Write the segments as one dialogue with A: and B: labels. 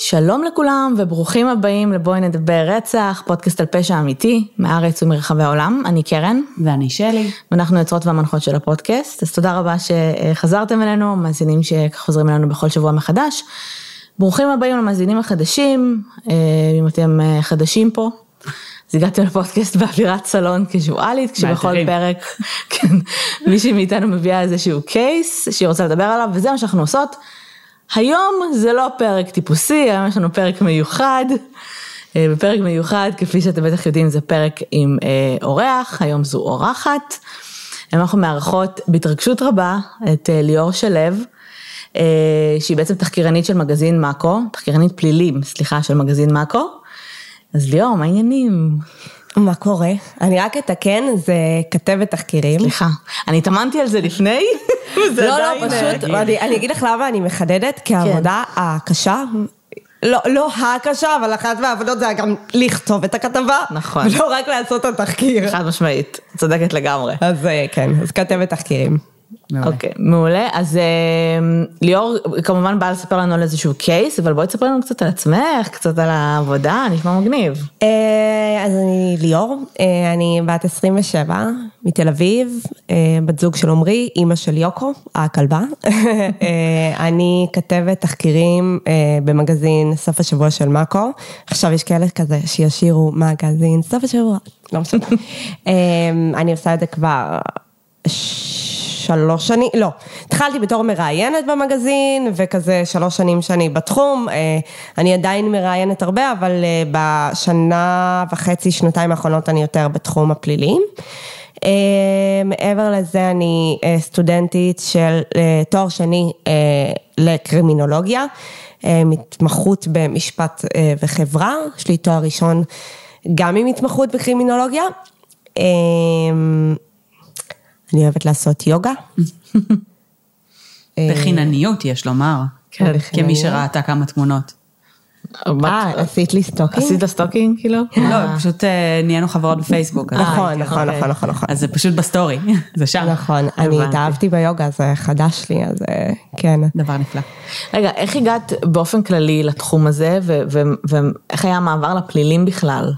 A: שלום לכולם וברוכים הבאים לבואי נדבר רצח, פודקאסט על פשע אמיתי, מארץ ומרחבי העולם. אני קרן.
B: ואני שלי.
A: ואנחנו יוצרות והמנחות של הפודקאסט. אז תודה רבה שחזרתם אלינו, מאזינים שחוזרים אלינו בכל שבוע מחדש. ברוכים הבאים למאזינים החדשים, אם אתם חדשים פה. אז הגעתם לפודקאסט באווירת סלון קזואלית, כשבכל פרק מישהי מאיתנו מביאה איזשהו קייס שהיא רוצה לדבר עליו, וזה מה שאנחנו עושות. היום זה לא פרק טיפוסי, היום יש לנו פרק מיוחד, בפרק מיוחד, כפי שאתם בטח יודעים, זה פרק עם אורח, היום זו אורחת, אנחנו מארחות בהתרגשות רבה את ליאור שלו, שהיא בעצם תחקירנית של מגזין מאקו, תחקירנית פלילים, סליחה, של מגזין מאקו, אז ליאור, מה העניינים?
C: מה קורה? אני רק אתקן, זה כתבת תחקירים.
A: סליחה, אני התאמנתי על זה לפני,
C: לא, פשוט, אני אגיד לך למה אני מחדדת, כי העבודה הקשה, לא הקשה, אבל אחת מהעבודות זה גם לכתוב את הכתבה,
A: נכון.
C: ולא רק לעשות את התחקיר.
A: חד משמעית, צודקת לגמרי.
C: אז כן, אז כתבת תחקירים.
A: אוקיי, מעולה. אז ליאור כמובן בא לספר לנו על איזשהו קייס, אבל בואי תספר לנו קצת על עצמך, קצת על העבודה, נשמע מגניב.
C: אז אני ליאור, אני בת 27, מתל אביב, בת זוג של עומרי, אמא של יוקו, הכלבה. אני כתבת תחקירים במגזין סוף השבוע של מאקו, עכשיו יש כאלה כזה שישירו מגזין סוף השבוע, לא משנה. אני עושה את זה כבר 3 שנים, לא, התחלתי בתור מראיינת במגזין, וכזה 3 שנים שאני בתחום, אני עדיין מראיינת הרבה, אבל בשנה וחצי, שנתיים האחרונות אני יותר בתחום הפלילים. מעבר לזה אני סטודנטית של תואר שני לקרימינולוגיה, מתמחות במשפט וחברה, יש לי תואר ראשון גם עם התמחות בקרימינולוגיה, אני אוהבת לעשות יוגה.
B: בחינניות יש לומר, כמי שראתה כמה תמונות.
C: עשית לי סטוקינג?
A: עשית סטוקינג כאילו?
B: לא, פשוט נהיינו חברות בפייסבוק.
C: נכון.
B: אז זה פשוט בסטורי, זה שם.
C: נכון, אני התאהבתי ביוגה, זה חדש לי, אז כן.
B: דבר נפלא.
A: רגע, איך הגעת באופן כללי לתחום הזה, ואיך היה המעבר לפלילים בכלל?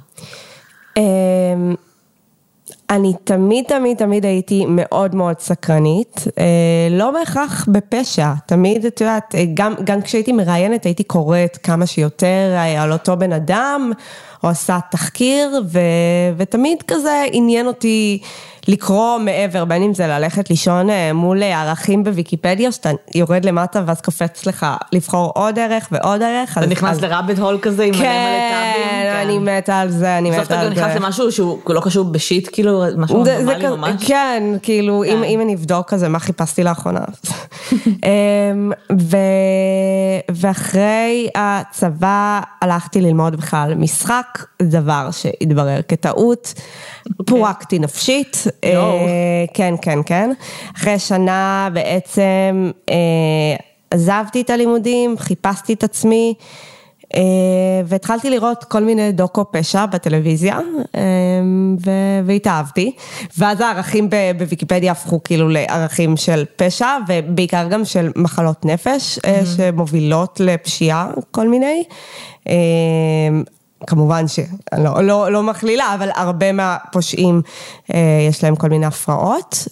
C: אני תמיד הייתי מאוד מאוד סקרנית, לא בהכרח בפשע, תמיד, את יודעת, גם כשהייתי מראיינת הייתי קוראת כמה שיותר על אותו בן אדם, או עושה תחקיר, ותמיד כזה עניין אותי לקרוא מעבר, בין אם זה ללכת לישון מול ערכים בוויקיפדיה, שאתה יורד למטה ואז קופץ לך לבחור עוד ערך ועוד ערך.
A: אתה נכנס לרביט הול כזה עם מלא טאבים?
C: כן, אני מתה על זה, אני מתה על זה.
A: בסוף אתה נכנס למשהו שהוא לא קשור בשיט, כאילו משהו נורמלי ממש?
C: כן, כאילו אם אני אבדוק כזה, מה חיפשתי לאחרונה? ואחרי הצבא הלכתי ללמוד בכלל משחק, דבר שהתברר כטעות, פורקתי נפשית, כן. אחרי שנה בעצם עזבתי את הלימודים, חיפשתי את עצמי, והתחלתי לראות כל מיני דוקו פשע בטלוויזיה, והתאהבתי, ואז הערכים בוויקיפדיה הפכו כאילו לערכים של פשע, ובעיקר גם של מחלות נפש, שמובילות לפשיעה כל מיני, כמובן שלא מכלילה, אבל הרבה מהפושעים יש להם כל מיני הפרעות,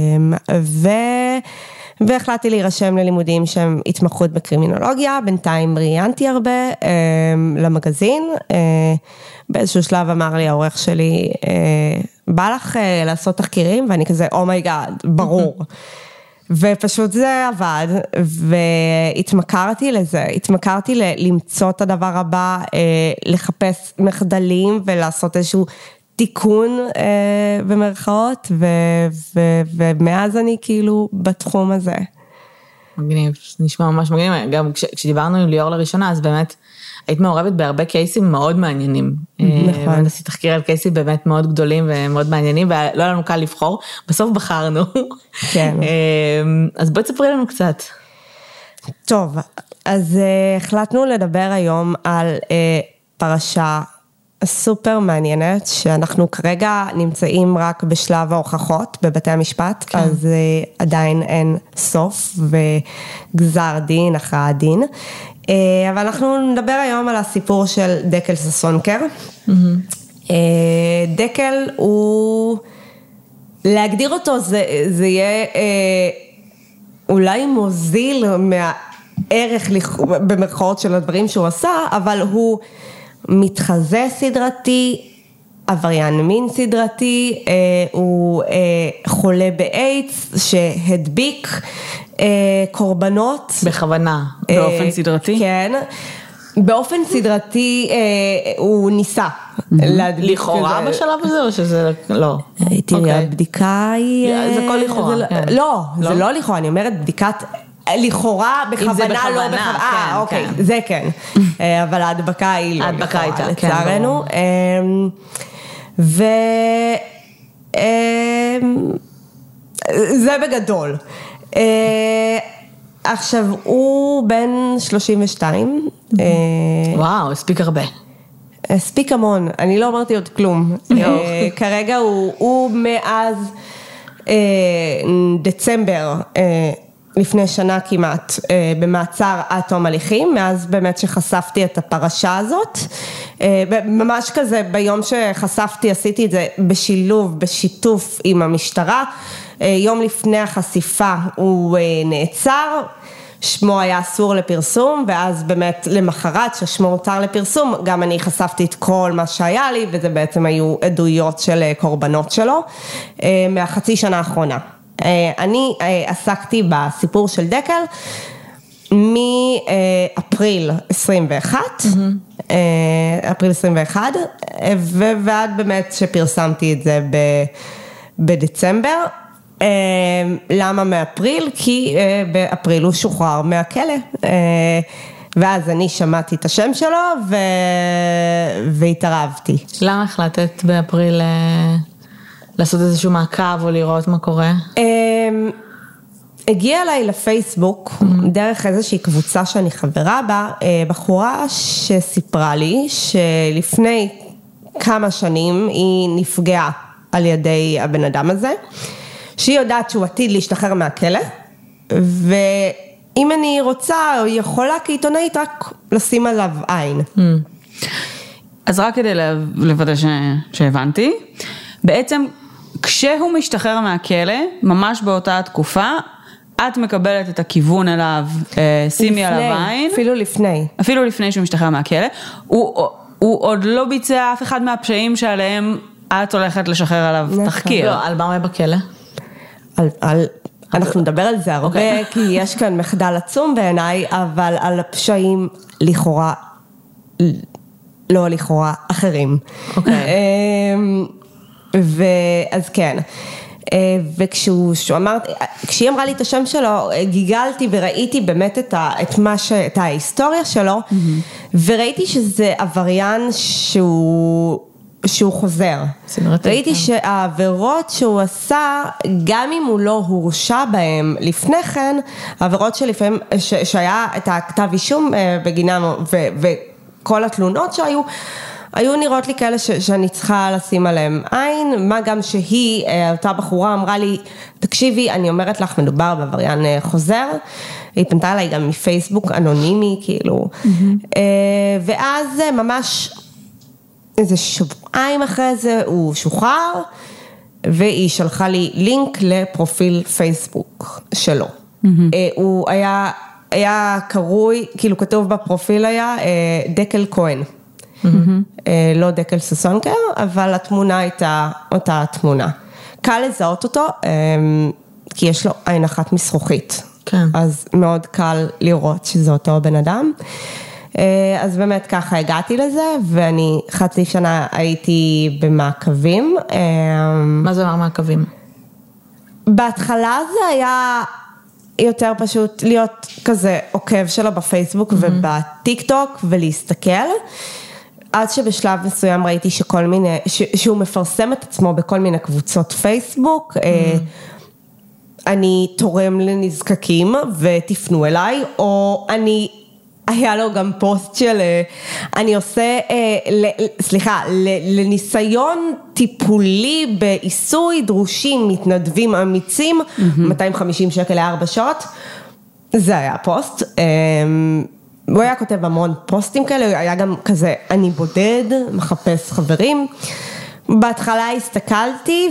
C: והחלטתי להירשם ללימודים שהם התמחות בקרימינולוגיה, בינתיים ראיינתי הרבה למגזין, באיזשהו שלב אמר לי העורך שלי, בא לך לעשות תחקירים, ואני כזה, אומייגאד, ברור. ופשוט זה עבד, והתמכרתי לזה, התמכרתי למצוא את הדבר הבא, לחפש מחדלים ולעשות איזשהו תיקון במרכאות, ומאז אני כאילו בתחום הזה.
A: מגניב, זה נשמע ממש מגניב, גם כשדיברנו עם ליאור לראשונה, אז באמת היית מעורבת בהרבה קייסים מאוד מעניינים. נכון. עשיתי תחקיר על קייסים באמת מאוד גדולים ומאוד מעניינים, ולא היה לנו קל לבחור, בסוף בחרנו.
C: כן.
A: אז בואי תספרי לנו קצת.
C: טוב, אז החלטנו לדבר היום על פרשה סופר מעניינת, שאנחנו כרגע נמצאים רק בשלב ההוכחות בבתי המשפט, כן. אז עדיין אין סוף וגזר דין, הכרעת דין. אבל אנחנו נדבר היום על הסיפור של דקל ססונקר. דקל הוא, להגדיר אותו זה יהיה אולי מוזיל מהערך במרכאות של הדברים שהוא עשה, אבל הוא מתחזה סדרתי, עבריין מין סדרתי, הוא חולה באיידס שהדביק קורבנות.
B: בכוונה, באופן סדרתי?
C: כן, באופן סדרתי הוא ניסה.
A: לכאורה בשלב הזה או שזה לא?
C: תראי, הבדיקה היא...
A: זה כל לכאורה.
C: לא, זה לא לכאורה, אני אומרת בדיקת... לכאורה, בכוונה, לא בכוונה, אוקיי, זה כן, אבל ההדבקה היא לא לכאורה, לצערנו, זה בגדול. עכשיו, הוא בן 32.
A: וואו, הספיק הרבה.
C: הספיק המון, אני לא אמרתי עוד כלום. כרגע הוא מאז דצמבר, לפני שנה כמעט, במעצר עד תום הליכים, מאז באמת שחשפתי את הפרשה הזאת, ממש כזה ביום שחשפתי עשיתי את זה בשילוב, בשיתוף עם המשטרה, יום לפני החשיפה הוא נעצר, שמו היה אסור לפרסום, ואז באמת למחרת ששמו הותר לפרסום, גם אני חשפתי את כל מה שהיה לי, וזה בעצם היו עדויות של קורבנות שלו, מהחצי שנה האחרונה. אני עסקתי בסיפור של דקל מאפריל 21, אפריל 21, ועד באמת שפרסמתי את זה בדצמבר. למה מאפריל? כי באפריל הוא שוחרר מהכלא, ואז אני שמעתי את השם שלו והתערבתי.
A: למה החלטת באפריל לעשות איזשהו מעקב או לראות מה קורה?
C: הגיעה אליי לפייסבוק, דרך איזושהי קבוצה שאני חברה בה, בחורה שסיפרה לי שלפני כמה שנים היא נפגעה על ידי הבן אדם הזה, שהיא יודעת שהוא עתיד להשתחרר מהכלא, ואם אני רוצה או יכולה כעיתונאית רק לשים עליו עין.
B: אז רק כדי לוודא שהבנתי, בעצם כשהוא משתחרר מהכלא, ממש באותה התקופה, את מקבלת את הכיוון אליו, שימי עליו עין. אפילו לפני שהוא משתחרר מהכלא. הוא עוד לא ביצע אף אחד מהפשעים שעליהם את הולכת לשחרר עליו תחקיר.
A: לא, על מה הוא בכלא?
C: אנחנו נדבר על זה הרבה, כי יש כאן מחדל עצום בעיניי, אבל על הפשעים לכאורה, לא לכאורה, אחרים. ואז כן, כשהיא אמרה לי את השם שלו, גיגלתי וראיתי באמת את ההיסטוריה שלו, וראיתי שזה עבריין שהוא חוזר. ראיתי שהעבירות שהוא עשה, גם אם הוא לא הורשע בהם לפני כן, העבירות שלפעמים, שהיה את הכתב אישום בגינם, וכל התלונות שהיו, היו נראות לי כאלה שאני צריכה לשים עליהם עין, מה גם שהיא, אותה בחורה אמרה לי, תקשיבי, אני אומרת לך, מדובר בעבריין חוזר, היא פנתה אליי גם מפייסבוק אנונימי, כאילו, ואז ממש איזה שבועיים אחרי זה הוא שוחרר, והיא שלחה לי לינק לפרופיל פייסבוק שלו. הוא היה קרוי, כאילו כתוב בפרופיל היה, דקל כהן. לא דקל ססונקר, אבל התמונה הייתה אותה התמונה. קל לזהות אותו, כי יש לו עין אחת מזכוכית. אז מאוד קל לראות שזה אותו בן אדם. אז באמת ככה הגעתי לזה, ואני חצי שנה הייתי במעקבים.
A: מה זה מעקבים?
C: בהתחלה זה היה יותר פשוט להיות כזה עוקב שלו בפייסבוק ובטיק טוק ולהסתכל, עד שבשלב מסוים ראיתי שהוא מפרסם את עצמו בכל מיני קבוצות פייסבוק, אני תורם לנזקקים ותפנו אליי, או אני היה לו גם פוסט של, אני עושה, לניסיון טיפולי בעיסוי דרושים מתנדבים אמיצים, 250 שקל ל4 שעות, זה היה פוסט, הוא היה כותב המון פוסטים כאלה, היה גם כזה, אני בודד, מחפש חברים, בהתחלה הסתכלתי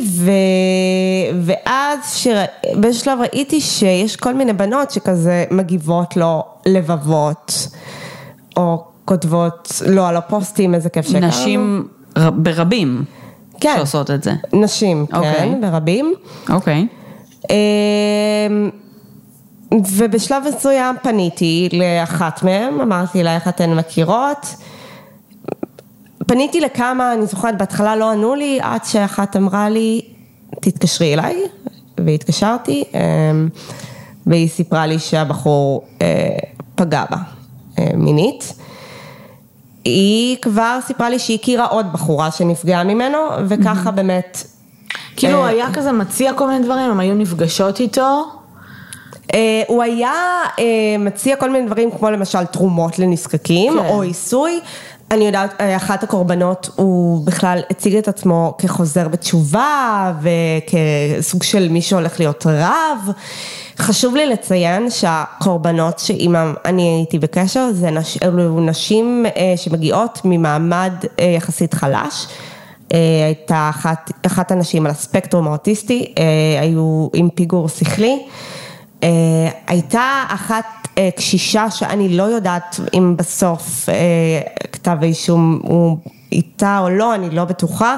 C: ואז בשלב ראיתי שיש כל מיני בנות שכזה מגיבות לו לבבות או כותבות לו על הפוסטים, איזה כיף שקרנו.
B: נשים ברבים
C: כן.
B: שעושות את זה.
C: נשים, כן, ברבים.
B: אוקיי.
C: ובשלב מסוים פניתי לאחת מהם, אמרתי לה איך אתן מכירות, פניתי לכמה, אני זוכרת, בהתחלה לא ענו לי, עד שאחת אמרה לי, תתקשרי אליי, והתקשרתי, והיא סיפרה לי שהבחור פגע בה מינית. היא כבר סיפרה לי שהיא הכירה עוד בחורה שנפגעה ממנו, וככה באמת...
A: כאילו היה כזה מציע כל מיני דברים, הם היו נפגשות איתו?
C: הוא היה מציע כל מיני דברים, כמו למשל תרומות לנזקקים, או עיסוי. אני יודעת, אחת הקורבנות הוא בכלל הציג את עצמו כחוזר בתשובה וכסוג של מי שהולך להיות רב. חשוב לי לציין שהקורבנות שעימם אני הייתי בקשר זה נשים שמגיעות ממעמד יחסית חלש. הייתה אחת הנשים על הספקטרום האוטיסטי, היו עם פיגור שכלי. הייתה אחת קשישה שאני לא יודעת אם בסוף כתב האישום הוא איתה או לא, אני לא בטוחה.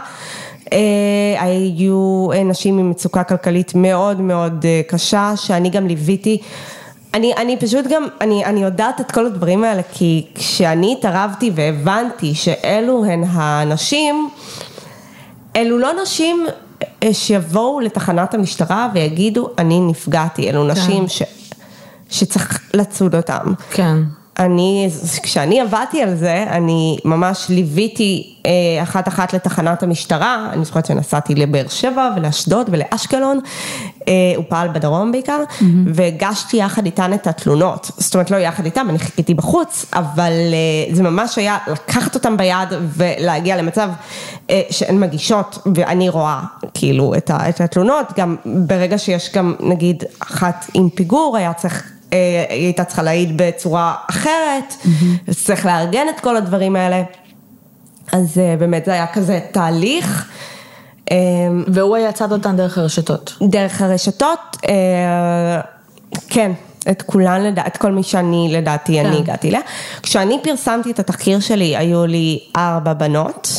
C: היו נשים עם מצוקה כלכלית מאוד מאוד קשה, שאני גם ליוויתי. אני פשוט גם, אני יודעת את כל הדברים האלה, כי כשאני התערבתי והבנתי שאלו הן הנשים, אלו לא נשים שיבואו לתחנת המשטרה ויגידו, אני נפגעתי, אלו נשים שצריך לצוד אותם.
A: כן.
C: כשאני עבדתי על זה, אני ממש ליוויתי אחת לתחנת המשטרה, אני זוכרת שנסעתי לבאר שבע ולאשדוד ולאשקלון, הוא פעל בדרום בעיקר, והגשתי יחד איתן את התלונות, זאת אומרת לא יחד איתן, אני חיכיתי בחוץ, אבל זה ממש היה לקחת אותם ביד ולהגיע למצב שהן מגישות, ואני רואה כאילו את התלונות, גם ברגע שיש גם נגיד אחת עם פיגור, היא הייתה צריכה להעיד בצורה אחרת, צריך לארגן את כל הדברים האלה, אז באמת זה היה כזה תהליך.
A: והוא היה צד אותן דרך הרשתות.
C: דרך הרשתות, כן, את כולן, את כל מי שאני לדעתי, אני הגעתי לה. כשאני פרסמתי את התחקיר שלי, היו לי 4 בנות,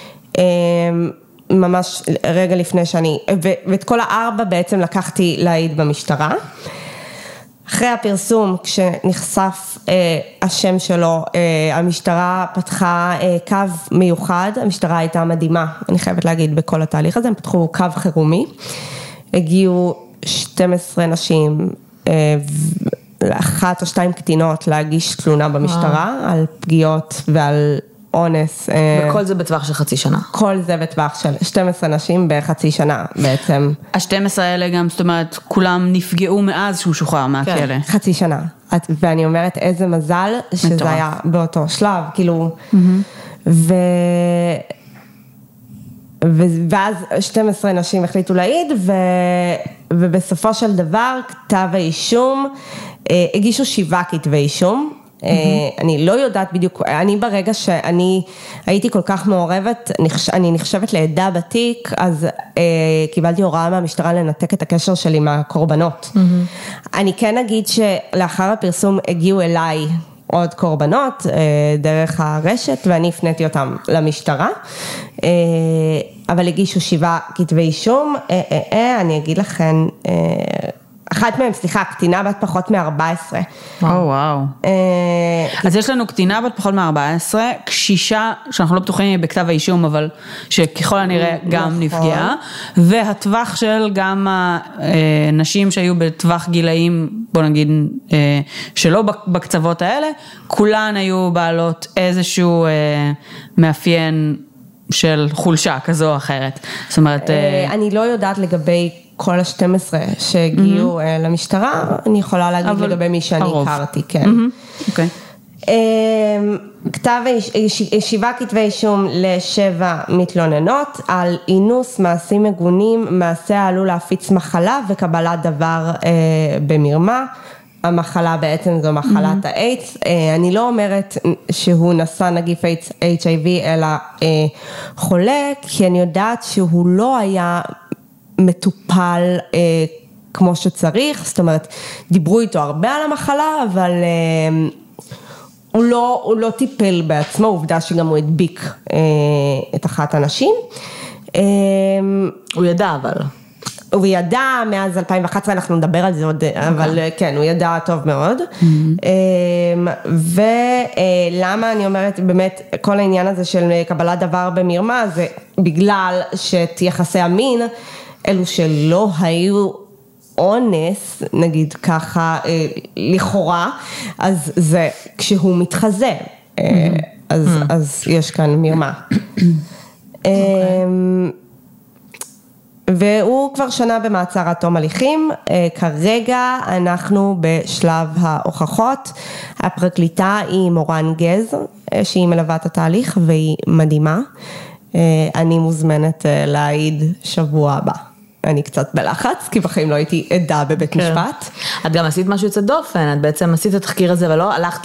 C: ממש רגע לפני שאני, ואת כל 4 בעצם לקחתי להעיד במשטרה. אחרי הפרסום, כשנחשף השם שלו, המשטרה פתחה קו מיוחד, המשטרה הייתה מדהימה, אני חייבת להגיד בכל התהליך הזה, הם פתחו קו חירומי, הגיעו 12 נשים, 1 או 2 קטינות להגיש תלונה במשטרה, על פגיעות ועל אונס.
A: וכל זה בטווח של חצי שנה.
C: כל זה בטווח של 12 נשים בחצי שנה בעצם.
B: ה-12 האלה גם, זאת אומרת, כולם נפגעו מאז שהוא שוחרר מהכלא.
C: חצי שנה. ואני אומרת איזה מזל שזה היה באותו שלב, כאילו, ואז 12 נשים החליטו להעיד, ובסופו של דבר כתב האישום, הגישו 7 כתבי אישום, אני לא יודעת בדיוק, אני ברגע שאני הייתי כל כך מעורבת, אני נחשבת לעדה בתיק, אז קיבלתי הוראה מהמשטרה לנתק את הקשר שלי מהקורבנות. אני כן אגיד שלאחר הפרסום הגיעו אליי עוד קורבנות דרך הרשת, ואני הפניתי אותם למשטרה, אבל הגישו 7 כתבי אישום, אני אגיד לכם, אחת מהם, סליחה, קטינה בת פחות מ-14.
B: וואו. אז יש לנו קטינה בת פחות מ-14, קשישה, שאנחנו לא בטוחים בכתב האישום, אבל שככל הנראה גם נפגעה, והטווח של גם הנשים שהיו בטווח גילאים, בוא נגיד, שלא בקצוות האלה, כולן היו בעלות איזשהו מאפיין של חולשה כזו או אחרת. זאת אומרת...
C: אני לא יודעת לגבי... כל ה-12 שהגיעו למשטרה, אני יכולה להגיד לגבי מי שאני הכרתי, כן.
B: אוקיי.
C: שבעה כתבי אישום ל7 מתלוננות על אינוס, מעשים מגונים, מעשה העלול להפיץ מחלה וקבלת דבר במרמה. המחלה בעצם זו מחלת האיידס, אני לא אומרת שהוא נשא נגיף HIV אלא חולה, כי אני יודעת שהוא לא היה מטופל כמו שצריך, זאת אומרת דיברו איתו הרבה על המחלה, אבל הוא לא טיפל בעצמו, עובדה שגם הוא הדביק את אחת הנשים.
A: הוא ידע אבל.
C: הוא ידע, מאז 2011 אנחנו נדבר על זה עוד, אבל כן, הוא ידע טוב מאוד. ולמה אני אומרת, באמת, כל העניין הזה של קבלת דבר במרמה, זה בגלל שיחסי המין, אלו שלא היו אונס, נגיד ככה, לכאורה, אז זה כשהוא מתחזה, אז יש כאן מרמה. והוא כבר שנה במעצר עד תום הליכים, כרגע אנחנו בשלב ההוכחות, הפרקליטה היא מורן גז, שהיא מלווה את התהליך והיא מדהימה, אני מוזמנת להעיד שבוע הבא. אני קצת בלחץ, כי בחיים לא הייתי עדה בבית משפט.
A: את גם עשית משהו יוצא דופן, את בעצם עשית את התחקיר הזה, ולא הלכת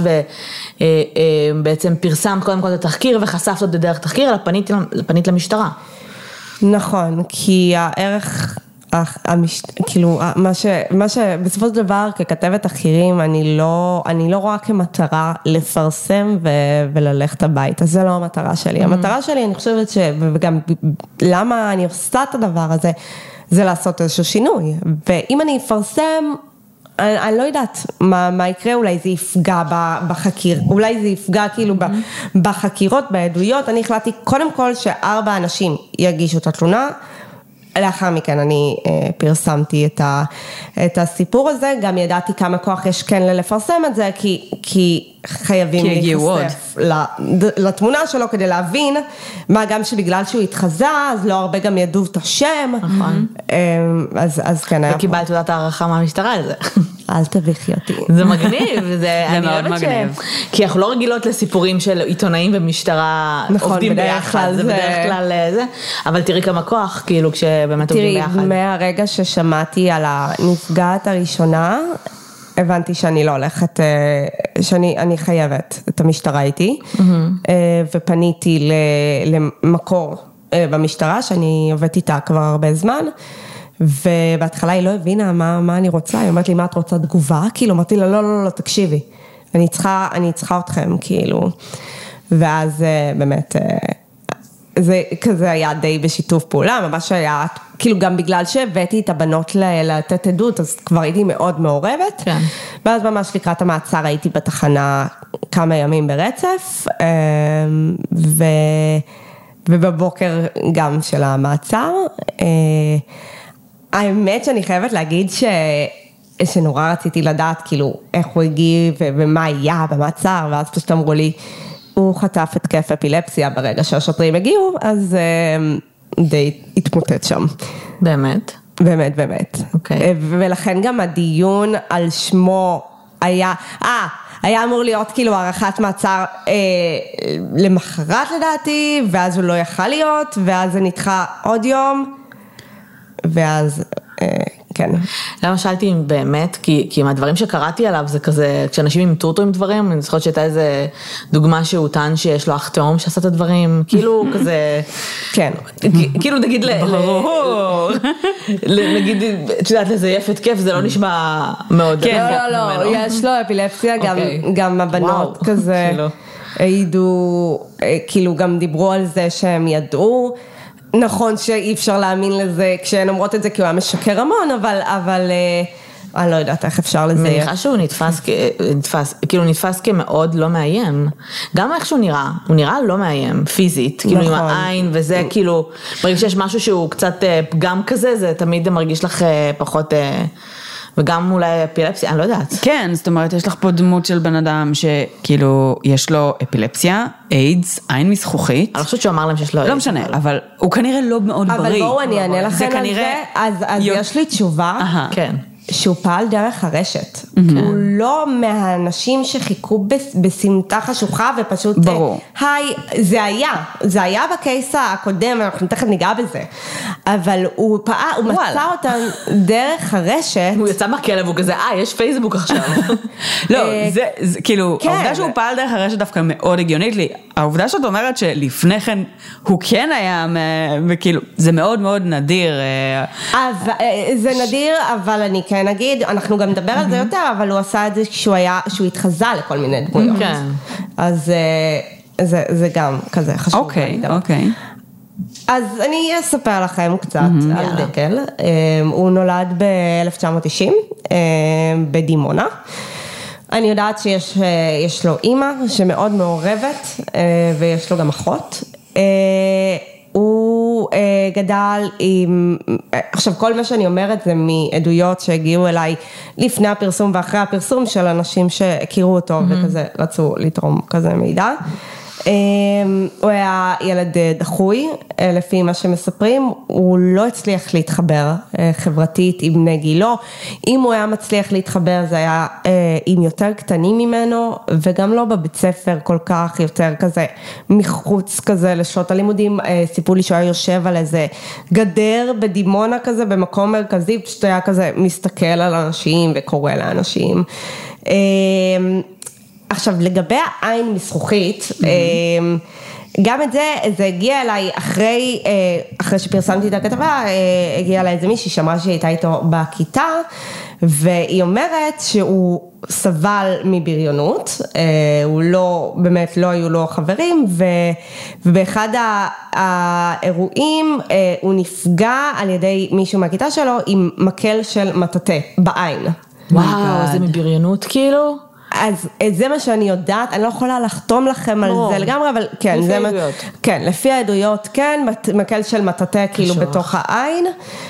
A: ובעצם פרסמת קודם כל את התחקיר, וחשפת עוד דרך תחקיר, אלא פנית למשטרה.
C: נכון, כי הערך, כאילו, מה שבסופו של דבר, ככתבת תחקירים, אני לא רואה כמטרה לפרסם וללכת הביתה, זה לא המטרה שלי. המטרה שלי, אני חושבת וגם למה אני עושה את הדבר הזה, זה לעשות איזשהו שינוי, ואם אני אפרסם, אני לא יודעת מה יקרה, אולי זה יפגע בחקיר, אולי זה יפגע כאילו בחקירות, בעדויות, אני החלטתי קודם כל ש4 אנשים יגישו את התלונה, לאחר מכן אני פרסמתי את הסיפור הזה, גם ידעתי כמה כוח יש כן לפרסם את זה, כי חייבים להיחשף לתמונה שלו כדי להבין, מה גם שבגלל שהוא התחזה, אז לא הרבה גם ידעו את השם.
A: נכון.
C: אז כן היה.
A: וקיבלת תעודת הערכה מהמשטרה על זה.
C: אל תביכי אותי.
A: זה מגניב, זה
B: מאוד מגניב.
A: כי אנחנו לא רגילות לסיפורים של עיתונאים ומשטרה עובדים ביחד, זה בדרך כלל זה, אבל תראי כמה כוח, כאילו כשבאמת עובדים ביחד.
C: תראי, מהרגע ששמעתי על הנפגעת הראשונה, הבנתי שאני לא הולכת, שאני חייבת את המשטרה איתי, ופניתי למקור במשטרה, שאני עובדת איתה כבר הרבה זמן, ובהתחלה היא לא הבינה מה אני רוצה, היא אומרת לי, מה את רוצה תגובה? כאילו, אמרתי לה, לא, תקשיבי, אני צריכה אתכם, כאילו, ואז באמת, זה כזה היה די בשיתוף פעולה, ממש היה, כאילו גם בגלל שהבאתי את הבנות לתת עדות, אז כבר הייתי מאוד מעורבת,
A: כן.
C: ואז ממש לקראת המעצר הייתי בתחנה כמה ימים ברצף, ובבוקר גם של המעצר, האמת שאני חייבת להגיד שנורא רציתי לדעת כאילו איך הוא הגיב ומה היה במעצר, ואז פשוט אמרו לי, הוא חטף התקף אפילפסיה ברגע שהשוטרים הגיעו, אז די התמוטט שם.
A: באמת?
C: באמת.
A: אוקיי.
C: ולכן גם הדיון על שמו היה אמור להיות כאילו הערכת מעצר למחרת לדעתי, ואז הוא לא יכל להיות, ואז זה נדחה עוד יום, ואז כן.
A: למה שאלתי אם באמת, כי מהדברים שקראתי עליו זה כזה, כשאנשים ימתו עם דברים, אני זוכרת שהייתה איזה דוגמה שהוא טען שיש לו אח תאום שעשה את הדברים, כאילו כזה,
C: כן.
A: כאילו נגיד, נגיד, את יודעת לזייף התקף, זה לא נשמע מאוד.
C: לא, יש לו אפילפסיה, גם הבנות כזה, העידו, כאילו גם דיברו על זה שהם ידעו, נכון שאי אפשר להאמין לזה כשהן אומרות את זה כי הוא היה משקר המון, אבל אני לא יודעת איך אפשר לזה.
A: מניחה שהוא נתפס כמאוד לא מאיים. גם איך שהוא נראה, הוא נראה לא מאיים, פיזית, כאילו עם העין וזה, כאילו, ברגע שיש משהו שהוא קצת פגם כזה, זה תמיד מרגיש לך פחות, וגם אולי אפילפסיה, אני לא יודעת.
B: כן, זאת אומרת, יש לך פה דמות של בן אדם שכאילו יש לו אפילפסיה, איידס, עין מזכוכית.
A: אני חושבת שהוא אמר להם שיש לו איידס.
B: לא משנה, אבל הוא כנראה לא מאוד בריא.
C: אבל בואו אני אענה לכם על זה, אז יש לי תשובה.
A: כן.
C: שהוא פעל דרך הרשת. הוא לא מהאנשים שחיכו בסמטה חשוכה ופשוט,
B: ברור.
C: היי, זה היה בקייס הקודם, אנחנו תכף ניגע בזה, אבל הוא מצא אותם דרך הרשת.
A: הוא יצא מהכלב, הוא כזה, יש פייסבוק עכשיו.
B: לא, זה כאילו, העובדה שהוא פעל דרך הרשת דווקא מאוד הגיונית לי, העובדה שאת אומרת שלפני כן הוא כן היה, וכאילו, זה מאוד מאוד נדיר.
C: זה נדיר, אבל אני כן אגיד, אנחנו גם נדבר על זה יותר, אבל הוא עשה את זה שהוא התחזה לכל מיני דמויות. אז זה גם כזה חשוב.
B: אוקיי.
C: אז אני אספר לכם קצת על דקל. הוא נולד ב-1990 בדימונה. אני יודעת שיש לו אימא שמאוד מעורבת, ויש לו גם אחות. הוא גדל עם, עכשיו כל מה שאני אומרת זה מעדויות שהגיעו אליי לפני הפרסום ואחרי הפרסום של אנשים שהכירו אותו וכזה רצו לתרום כזה מידע. הוא היה ילד דחוי, לפי מה שמספרים, הוא לא הצליח להתחבר חברתית עם בני גילו, אם הוא היה מצליח להתחבר זה היה עם יותר קטנים ממנו, וגם לא בבית ספר כל כך, יותר כזה מחוץ כזה לשעות הלימודים, סיפרו לי שהוא היה יושב על איזה גדר בדימונה כזה, במקום מרכזי, פשוט היה כזה מסתכל על אנשים וקורא לאנשים. עכשיו, לגבי העין מזכוכית, גם את זה הגיע אליי אחרי שפרסמתי את הכתבה, הגיע אליי איזה מישהי שאמרה שהיא הייתה איתו בכיתה, והיא אומרת שהוא סבל מבריונות, הוא לא, באמת לא היו לו חברים, ובאחד האירועים הוא נפגע על ידי מישהו מהכיתה שלו עם מקל של מטאטא בעין.
A: וואו, זה מבריונות כאילו?
C: אז זה מה שאני יודעת, אני לא יכולה לחתום לכם על זה לגמרי, אבל כן,
A: לפי העדויות.
C: כן, לפי העדויות, כן, מקל של מטאטא כאילו בתוך העין,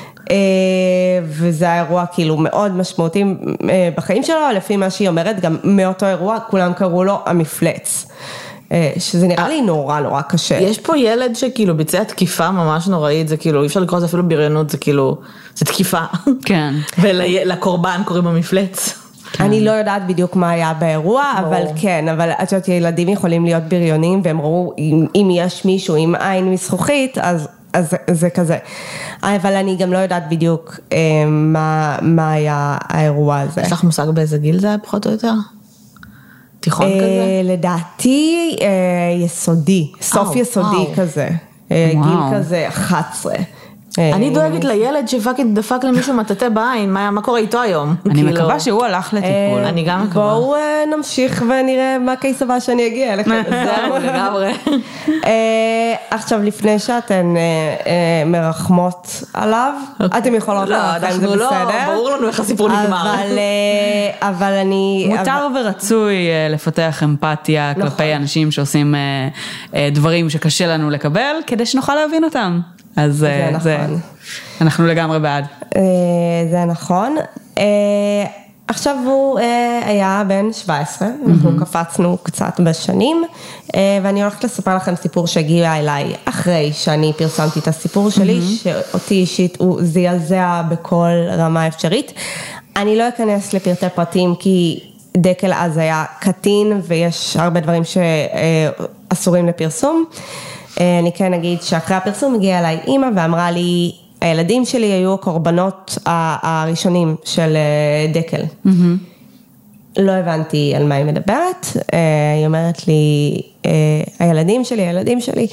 C: וזה האירוע כאילו מאוד משמעותי בחיים שלו, לפי מה שהיא אומרת, גם מאותו אירוע, כולם קראו לו המפלץ. שזה נראה לי נורא קשה.
A: יש פה ילד שכאילו ביצע תקיפה ממש נוראית, זה כאילו, אי אפשר לקרוא את זה אפילו בריונות, זה כאילו, זה תקיפה.
B: כן.
A: ולקורבן קוראים המפלץ.
C: אני לא יודעת בדיוק מה היה באירוע, אבל כן, אבל את יודעת, ילדים יכולים להיות בריונים, והם ראו, אם יש מישהו עם עין מזכוכית, אז זה כזה. אבל אני גם לא יודעת בדיוק מה היה האירוע הזה.
A: יש לך מושג באיזה גיל זה היה פחות או יותר? תיכון כזה?
C: לדעתי יסודי, סוף יסודי כזה. גיל כזה 11.
A: אני דואגת לילד שפאקינג דפק למישהו מטאטא בעין, מה קורה איתו היום?
B: אני מקווה שהוא הלך לטיפול.
A: אני גם מקווה.
C: בואו נמשיך ונראה מה קייס הבא שאני אגיע אליכם.
A: זהו, לגמרי.
C: עכשיו, לפני שאתן מרחמות עליו, אתם יכולות לרחם, זה בסדר.
A: לא, ברור לנו איך הסיפור נגמר.
C: אבל אני...
B: מותר ורצוי לפתח אמפתיה כלפי אנשים שעושים דברים שקשה לנו לקבל, כדי שנוכל להבין אותם. אז
C: זה נכון.
B: אנחנו לגמרי בעד.
C: זה נכון. עכשיו הוא היה בן 17, אנחנו קפצנו קצת בשנים, ואני הולכת לספר לכם סיפור שהגיע אליי אחרי שאני פרסמתי את הסיפור שלי, שאותי אישית הוא זעזע בכל רמה אפשרית. אני לא אכנס לפרטי פרטים כי דקל אז היה קטין ויש הרבה דברים שאסורים לפרסום. אני כן אגיד שאחרי הפרסום הגיעה אליי אימא ואמרה לי, הילדים שלי היו הקורבנות הראשונים של דקל. לא הבנתי על מה היא מדברת, היא אומרת לי, הילדים שלי,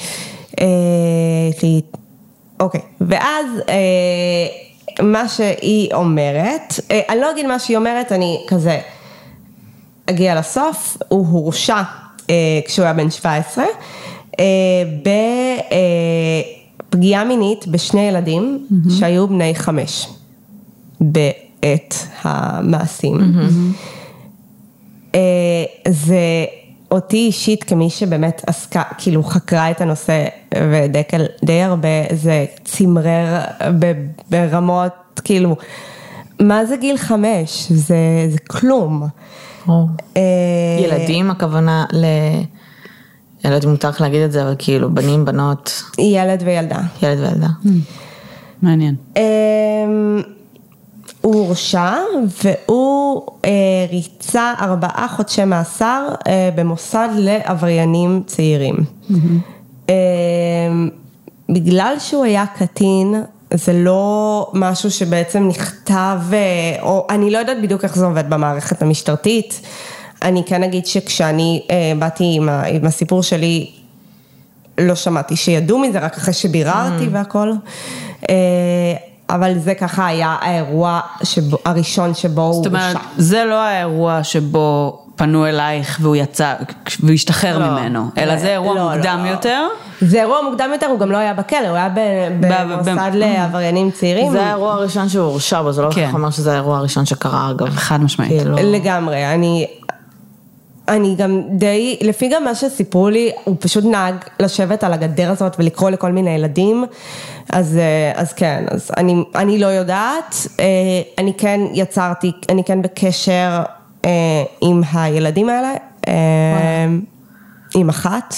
C: אוקיי, ואז מה שהיא אומרת, אני לא אגיד מה שהיא אומרת, אני כזה אגיע לסוף, הוא הורשע כשהוא היה בן 17, בפגיעה מינית בשני ילדים שהיו בני 5 בעת המעשים. זה אותי אישית כמי שבאמת עסקה, כאילו חקרה את הנושא ודקל די הרבה, זה צמרר ברמות, כאילו, מה זה גיל 5? זה כלום.
A: ילדים, הכוונה אני לא יודעת אם מותר להגיד את זה, אבל כאילו בנים, בנות.
C: ילד וילדה.
A: ילד וילדה.
B: מעניין.
C: הוא הורשע, והוא ריצה 4 חודשי מאסר במוסד לעבריינים צעירים. בגלל שהוא היה קטין, זה לא משהו שבעצם נכתב, או אני לא יודעת בדיוק איך זה עובד במערכת המשטרתית. אני כן אגיד שכשאני באתי עם הסיפור שלי, לא שמעתי שידעו מזה, רק אחרי שביררתי והכל. אבל זה ככה היה האירוע הראשון שבו הוא...
B: זאת אומרת, זה לא האירוע שבו פנו אלייך והוא יצא, והוא השתחרר ממנו, אלא זה אירוע מוקדם יותר?
C: זה אירוע מוקדם יותר, הוא גם לא היה בכלא, הוא היה במוסד לעבריינים צעירים.
A: זה האירוע הראשון שהוא הורשע בו, זה לא כך אומר שזה האירוע הראשון שקרה, אגב.
B: חד משמעית.
C: לגמרי, אני גם די, לפי גם מה שסיפרו לי, הוא פשוט נהג לשבת על הגדר הזאת ולקרוא לכל מיני ילדים, אז כן, אז אני לא יודעת, אני כן יצרתי, אני כן בקשר עם הילדים האלה, עם אחת,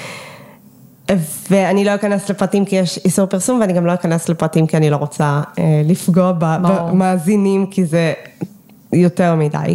C: ואני לא אכנס לפרטים כי יש איסור פרסום, ואני גם לא אכנס לפרטים כי אני לא רוצה לפגוע במאזינים, כי זה יותר מדי.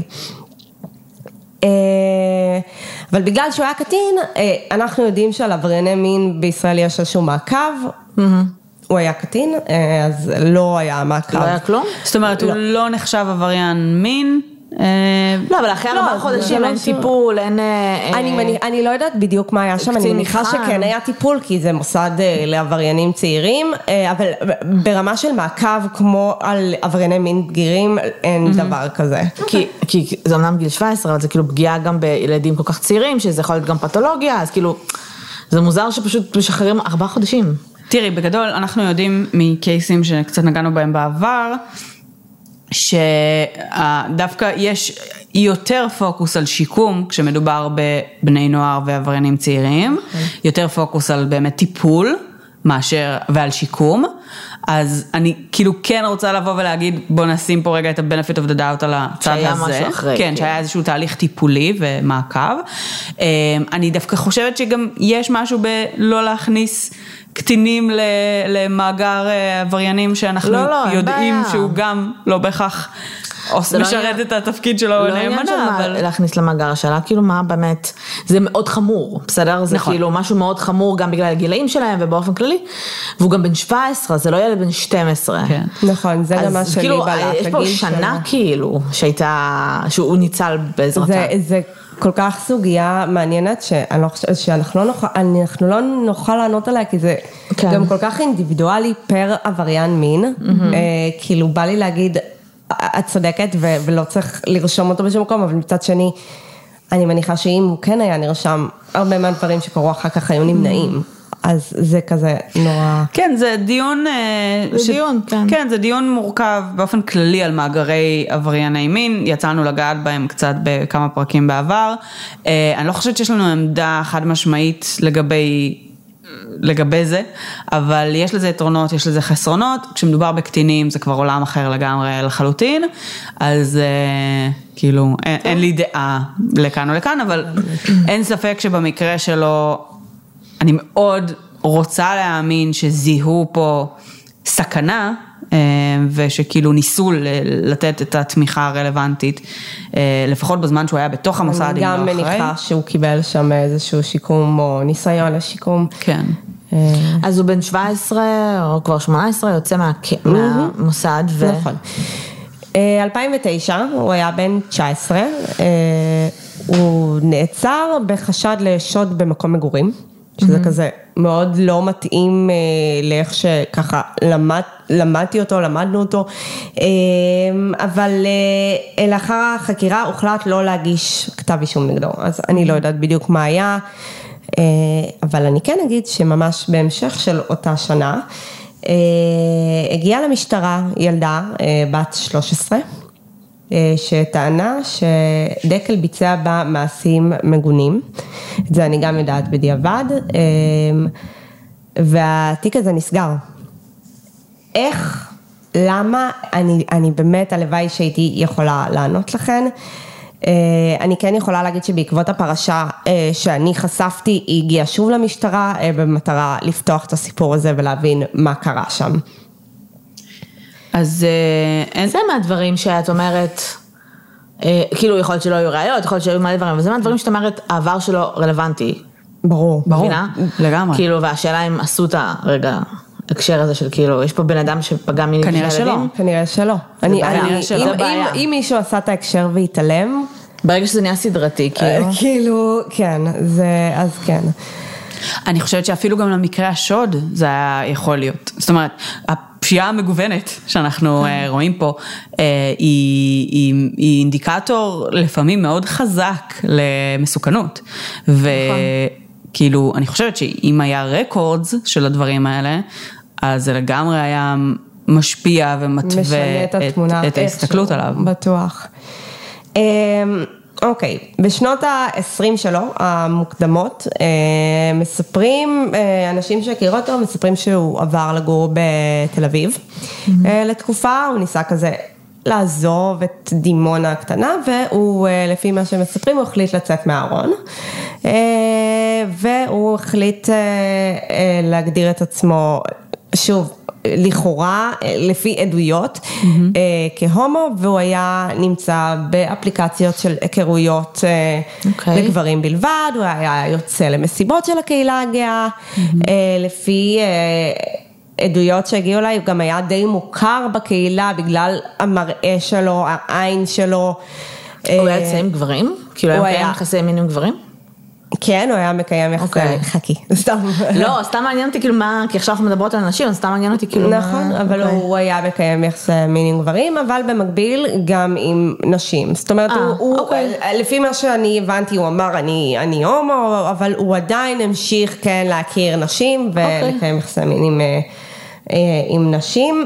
C: אבל בגלל שהוא היה קטין, אנחנו יודעים שעל עברייני מין בישראל יש איזשהו מעקב, הוא היה קטין, אז לא היה מעקב.
A: לא היה כלום?
B: זאת אומרת, הוא לא נחשב עבריין מין?
A: לא, אבל אחרי 4 חודשים אין טיפול, אין...
C: אני לא יודעת בדיוק מה היה שם, אני מניחה שכן היה טיפול, כי זה מוסד לעבריינים צעירים, אבל ברמה של מעקב כמו על עברייני מין בגירים, אין דבר כזה.
A: כי זה אמנם גיל 17, אבל זה כאילו פגיעה גם בילדים כל כך צעירים, שזה יכול להיות גם פתולוגיה, אז כאילו, זה מוזר שפשוט משחררים 4 חודשים.
B: תראי, בגדול, אנחנו יודעים מקייסים שקצת נגענו בהם בעבר, שדווקא יש יותר פוקוס על שיקום כשמדובר בבני נוער ועבריינים צעירים, יותר פוקוס על באמת טיפול מאשר ועל שיקום, אז אני כאילו כן רוצה לבוא ולהגיד בוא נשים פה רגע את ה-benefit of the doubt על הצד הזה, כן, שהיה איזשהו תהליך טיפולי ומעקב, אני דווקא חושבת שגם יש משהו בלא להכניס קטינים למאגר עבריינים שאנחנו יודעים שהוא גם לא בהכרח משרת את התפקיד שלו נאמנה.
A: אבל להכניס למאגר שלה, כאילו מה באמת, זה מאוד חמור, בסדר? זה כאילו משהו מאוד חמור גם בגלל הגילאים שלהם ובאופן כללי, והוא גם בן 17, זה לא ילד בן 12.
C: נכון, זה גם מה שלי בלט.
A: יש פה שנה כאילו, שהוא ניצל בעזרתה.
C: זה כל כך סוגיה מעניינת שאנחנו לא נוכל לענות עליה, כי זה גם כל כך אינדיבידואלי פר עבריין מין, כאילו בא לי להגיד, את צודקת ולא צריך לרשום אותו בשום מקום, אבל מצד שני, אני מניחה שאם הוא כן היה נרשם, הרבה מהדברים שקורו אחר כך היו נמנעים. אז זה כזה נורא...
B: כן, זה דיון... כן, זה דיון מורכב באופן כללי על מאגרי עברייני מין, יצאנו לגעת בהם קצת בכמה פרקים בעבר, אני לא חושבת שיש לנו עמדה חד משמעית לגבי זה, אבל יש לזה יתרונות, יש לזה חסרונות, כשמדובר בקטינים זה כבר עולם אחר לגמרי לחלוטין, אז כאילו אין לי דעה לכאן או לכאן, אבל אין ספק שבמקרה שלו, אני מאוד רוצה להאמין שזיהו פה סכנה, ושכאילו ניסו לתת את התמיכה הרלוונטית, לפחות בזמן שהוא היה בתוך המוסד.
C: אני גם מניחה שהוא קיבל שם איזשהו שיקום או ניסיון לשיקום.
B: כן.
A: אז הוא בן 17 או כבר 18 יוצא מהמוסד.
C: נכון. 2009 הוא היה בן 19, הוא נעצר בחשד לשוד במקום מגורים. שזה כזה מאוד לא מתאים לאיך שככה למדנו אותו, אבל לאחר החקירה הוחלט לא להגיש כתב אישום נגדו, אז אני לא יודעת בדיוק מה היה, אבל אני כן אגיד שממש בהמשך של אותה שנה, הגיעה למשטרה ילדה בת 13, שטענה שדקל ביצע בה מעשים מגונים, את זה אני גם יודעת בדיעבד, והתיק הזה נסגר. איך, למה, אני באמת הלוואי שהייתי יכולה לענות לכן, אני כן יכולה להגיד שבעקבות הפרשה שאני חשפתי, היא הגיעה שוב למשטרה במטרה לפתוח את הסיפור הזה ולהבין מה קרה שם.
B: אז אין...
A: זה מהדברים שאת אומרת, כאילו יכול להיות שלא היו ראיות, יכול להיות שהיו מלא דברים, וזה מהדברים שאת אומרת, העבר שלו רלוונטי.
C: ברור.
B: לגמרי.
A: כאילו, והשאלה אם עשו את הרגע, הקשר הזה של כאילו, יש פה בן אדם שפגע מינית
B: כנראה שלא.
C: כנראה שלא. אם מישהו עשה את ההקשר והתעלם,
A: ברגע שזה נהיה סדרתי, כאילו.
C: כאילו, כן, אז כן.
B: אני חושבת שאפילו גם למקרה השוד זה היה יכול להיות. זאת אומרת, הפשיעה המגוונת שאנחנו רואים פה, היא אינדיקטור לפעמים מאוד חזק למסוכנות. וכאילו, אני חושבת שאם היה רקורדס של הדברים האלה, אז זה לגמרי היה משפיע ומתווה את ההסתכלות עליו.
C: בטוח. אוקיי, בשנות ה-20 שלו, המוקדמות, מספרים, אנשים שהכירו אותו, מספרים שהוא עבר לגור בתל אביב. לתקופה הוא ניסה כזה לעזוב את דימונה הקטנה, והוא, לפי מה שמספרים, הוא החליט לצאת מהארון. והוא החליט להגדיר את עצמו, שוב, לכאורה, לפי עדויות, כהומו, והוא היה נמצא באפליקציות של היכרויות לגברים בלבד, הוא היה יוצא למסיבות של הקהילה הגאה, לפי עדויות שהגיעו אליי, הוא גם היה די מוכר בקהילה, בגלל המראה שלו, העין שלו.
A: הוא היה יוצא עם גברים? כאילו היה מקיים יחסי מין עם גברים?
C: כן, הוא היה מקיים יחסי, חכי, סתם.
A: לא, סתם מעניין אותי כאילו מה, כי עכשיו אנחנו מדברות על אנשים, אז סתם מעניין אותי כאילו מה.
C: נכון, אבל הוא היה מקיים יחסי מין עם גברים, אבל במקביל גם עם נשים. זאת אומרת, לפי מה שאני הבנתי, הוא אמר, אני הומו, אבל הוא עדיין המשיך כן להכיר נשים, ולקיים יחסי מין עם נשים.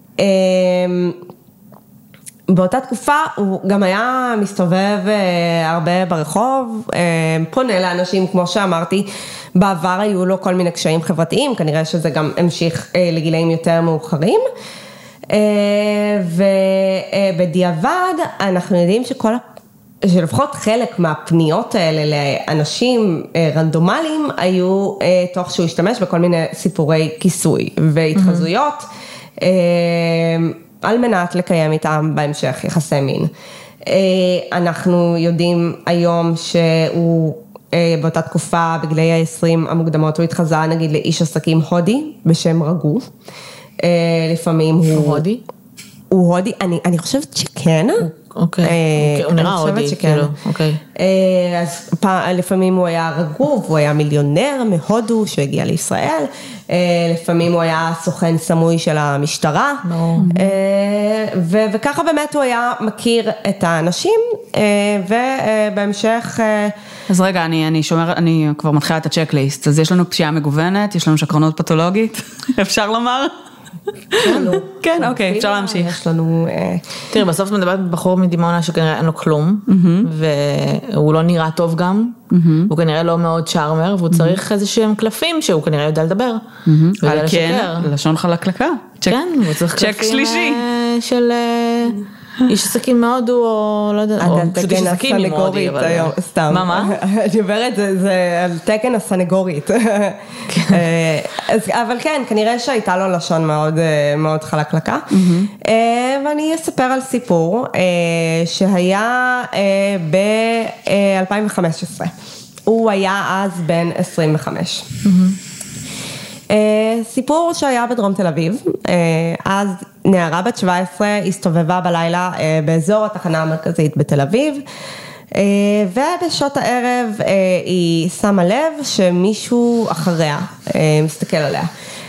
C: באותה תקופה הוא גם היה מסתובב הרבה ברחוב, פונה לאנשים, כמו שאמרתי, בעבר היו לו כל מיני קשיים חברתיים, כנראה שזה גם המשיך לגילאים יותר מאוחרים, ובדיעבד אנחנו יודעים שלפחות חלק מהפניות האלה לאנשים רנדומליים, היו תוך שהוא השתמש בכל מיני סיפורי כיסוי והתחזויות, על מנת לקיים איתם בהמשך יחסי מין. אנחנו יודעים היום שהוא באותה תקופה, בגילאי ה-20 המוקדמות, הוא התחזה נגיד לאיש עסקים הודי בשם רגו. לפעמים הוא
A: הודי?
C: הוא הודי, אני חושבת שכן.
A: אוקיי, הוא נראה הודי, כאילו, אוקיי.
C: אז לפעמים הוא היה רגו, והוא היה מיליונר מהודו שהגיע לישראל, לפעמים הוא היה סוכן סמוי של המשטרה, וככה באמת הוא היה מכיר את האנשים, ובהמשך...
B: אז רגע, אני כבר מתחילה את הצ'קליסט, אז יש לנו פשיעה מגוונת, יש לנו שקרנות פתולוגית, אפשר לומר? כן, אוקיי, אפשר להמשיך.
C: יש לנו...
A: תראי, בסוף מדברת בחור מדימונה שכנראה אין לו כלום, והוא לא נראה טוב גם, הוא כנראה לא מאוד שרמר, והוא צריך איזה שהם קלפים שהוא כנראה יודע לדבר.
B: על כן, לשון חלקלקה.
A: כן, הוא צריך קלפים של... איש עסקים מהודו, או לא יודע, או פשוט איש עסקים עם הודי, אבל...
C: סתם.
A: מה?
C: אני אומרת, זה על תקן הסנגורית. אבל כן, כנראה שהייתה לו לשון מאוד חלקלקה. ואני אספר על סיפור שהיה ב-2015. הוא היה אז בן 25. סיפור שהיה בדרום תל אביב, אז נערה בת 17 הסתובבה בלילה באזור התחנה המרכזית בתל אביב, ובשעות הערב היא שמה לב שמישהו אחריה מסתכל עליה.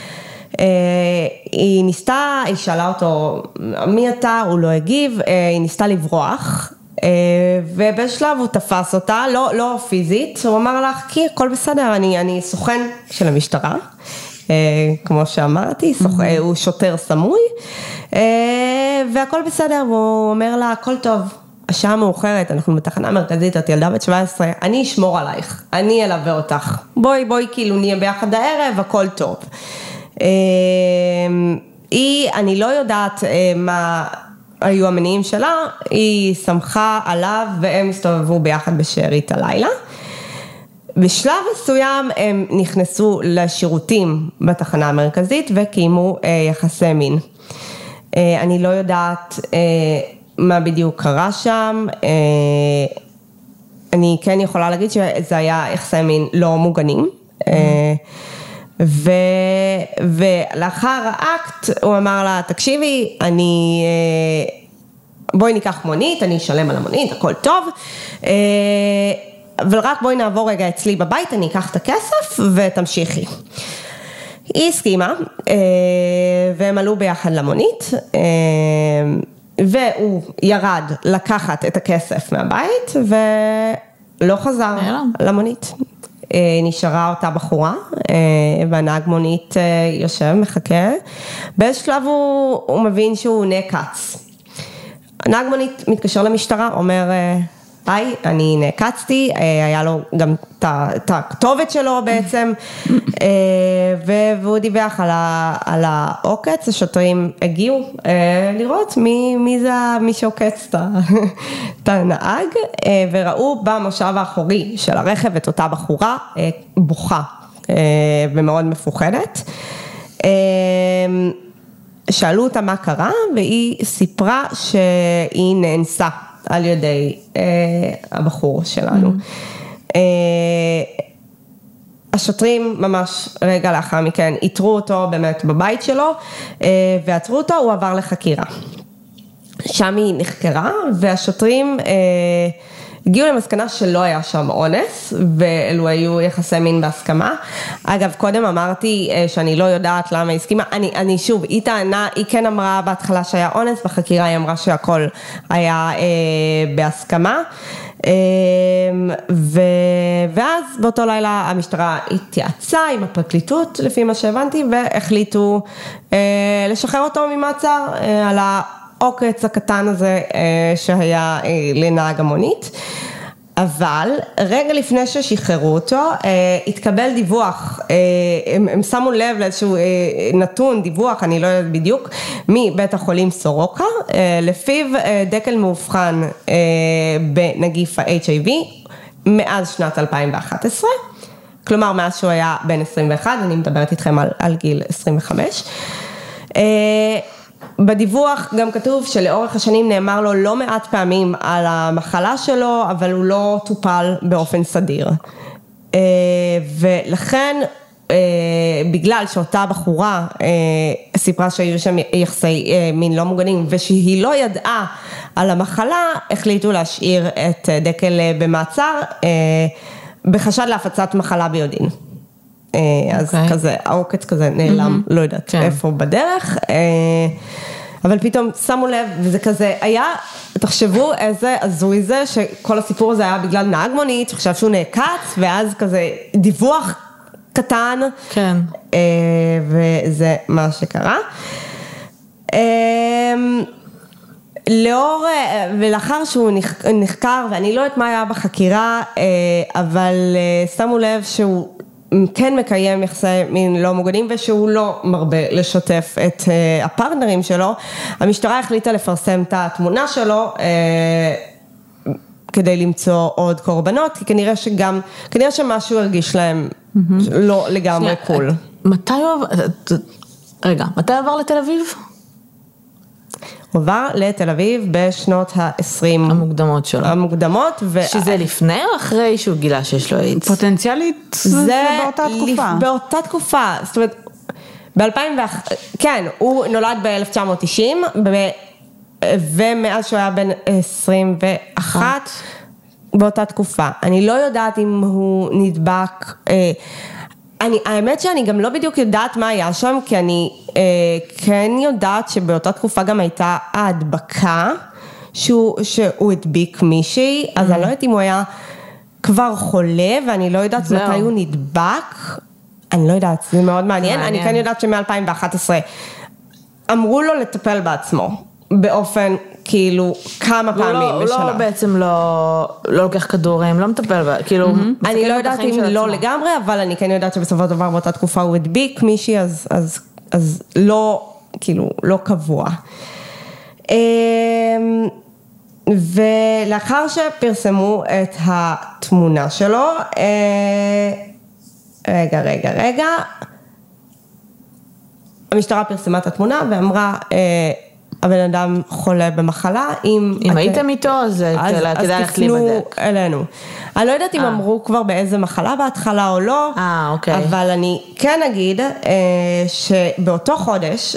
C: היא שאלה אותו מי אתה, הוא לא הגיב, היא ניסתה לברוח, ובשלב הוא תפס אותה, לא פיזית, הוא אמר לך, כי הכל בסדר, אני סוכן של המשטרה, כמו שאמרתי, הוא שוטר סמוי, והכל בסדר, והוא אומר לה, הכל טוב, השעה מאוחרת, אנחנו בתחנה מרכזית, את ילדה בת 17, אני אשמור עלייך, אני אלווה אותך, בואי, כאילו נהיה ביחד הערב, הכל טוב. אני לא יודעת מה היו המניעים שלה, היא שמחה עליו והם הסתובבו ביחד בשארית הלילה. בשלב מסוים הם נכנסו לשירותים בתחנה המרכזית וקיימו יחסי מין. אני לא יודעת מה בדיוק קרה שם, אני כן יכולה להגיד שזה היה יחסי מין לא מוגנים, ולאחר האקט הוא אמר לה, תקשיבי, בואי ניקח מונית, אני אשלם על המונית, הכל טוב, אבל רק בואי נעבור רגע אצלי בבית, אני אקח את הכסף ותמשיכי. היא הסכימה, והם עלו ביחד למונית, והוא ירד לקחת את הכסף מהבית, ולא חזר למונית. נשארה אותה בחורה, והנהג מונית יושב, מחכה. באיזשהו שלב הוא מבין שהוא נעקץ. הנהג מונית מתקשר למשטרה, אומר, היי, אני נעקצתי, היה לו גם את הכתובת שלו בעצם, והוא דיווח על העוקץ, השוטרים הגיעו לראות מי שעוקץ את הנהג, וראו במושב האחורי של הרכב את אותה בחורה בוכה ומאוד מפוחדת. שאלו אותה מה קרה, והיא סיפרה שהיא נאנסה על ידי הבחור שלנו. השוטרים ממש רגע לאחר מכן איתרו אותו באמת בבית שלו, ועצרו אותו, הוא עבר לחקירה. שם היא נחקרה, והשוטרים הגיעו למסקנה שלא היה שם אונס, ואלו היו יחסי מין בהסכמה. אגב, קודם אמרתי שאני לא יודעת למה היא הסכימה, אני שוב, היא טענה, היא כן אמרה בהתחלה שהיה אונס, בחקירה היא אמרה שהכל היה בהסכמה, ואז באותו לילה המשטרה התייעצה עם הפרקליטות, לפי מה שהבנתי, והחליטו לשחרר אותו ממעצר על העוקץ הקטן הזה שהיה לנהג המונית. אבל רגע לפני ששחררו אותו, התקבל דיווח, הם שמו לב לאיזשהו נתון, דיווח, אני לא יודעת בדיוק, מבית החולים סורוקה, לפיו דקל מאובחן בנגיף ה-HIV מאז שנת 2011, כלומר מאז שהוא היה בן 21, אני מדברת איתכם על גיל 25, בדיווח גם כתוב שלאורך השנים נאמר לו לא מעט פעמים על המחלה שלו, אבל הוא לא טופל באופן סדיר. ולכן, בגלל שאותה בחורה סיפרה שהיו שם יחסי מין לא מוגנים, ושהיא לא ידעה על המחלה, החליטו להשאיר את דקל במעצר, בחשד להפצת מחלה ביודעין. אז כזה, העוקץ כזה נעלם, לא יודעת איפה בדרך, אבל פתאום שמו לב, וזה כזה היה, תחשבו איזה הזוי זה, שכל הסיפור הזה היה בגלל נהג מונית, שחשב שהוא נעקץ, ואז כזה דיווח קטן, וזה מה שקרה. ולאחר שהוא נחקר, ואני לא יודעת מה היה בחקירה, אבל שמו לב שהוא כן מקיים יחסי מין לא מוגנים, ושהוא לא מרבה לשתף את הפרטנרים שלו. המשטרה החליטה לפרסם את התמונה שלו, כדי למצוא עוד קורבנות, כי כנראה שמשהו הרגיש להם לא לגמרי קול.
A: מתי עבר לתל אביב?
C: הוא עבר לתל אביב בשנות ה-20
A: המוקדמות שלו.
C: שזה
A: לפני או אחרי שהוא גילה שיש לו איידס?
B: פוטנציאלית זה באותה תקופה.
C: באותה תקופה, זאת אומרת, כן, הוא נולד ב-1990, ומאז שהוא היה בן 21, באותה תקופה. אני לא יודעת אם הוא נדבק, האמת שאני גם לא בדיוק יודעת מה היה שם, כי אני כן יודעת שבאותה תקופה גם הייתה ההדבקה, שהוא הדביק מישהי, אז אני לא יודעת אם הוא היה כבר חולה, ואני לא יודעת מתי הוא נדבק, אני לא יודעת, זה מאוד מעניין, אני כן יודעת שמ-2011 אמרו לו לטפל בעצמו, באופן כאילו כמה פעמים בשנה.
A: הוא לא בעצם לא לוקח כדורים, לא מטפל, כאילו...
C: אני לא יודעת אם לא לגמרי, אבל אני כן יודעת שבסופו של דבר באותה תקופה הוא הדביק מישהי, אז לא, כאילו, לא קבוע. ולאחר שפרסמו את התמונה שלו, רגע, המשטרה פרסמה את התמונה ואמרה, הבן אדם חולה במחלה,
A: אם הייתם איתו, אז כדאי ללכת להיבדק.
C: אלינו. אני לא יודעת אם אמרו כבר באיזה מחלה בהתחלה או לא,
A: אוקיי.
C: אבל אני כן אגיד שבאותו חודש,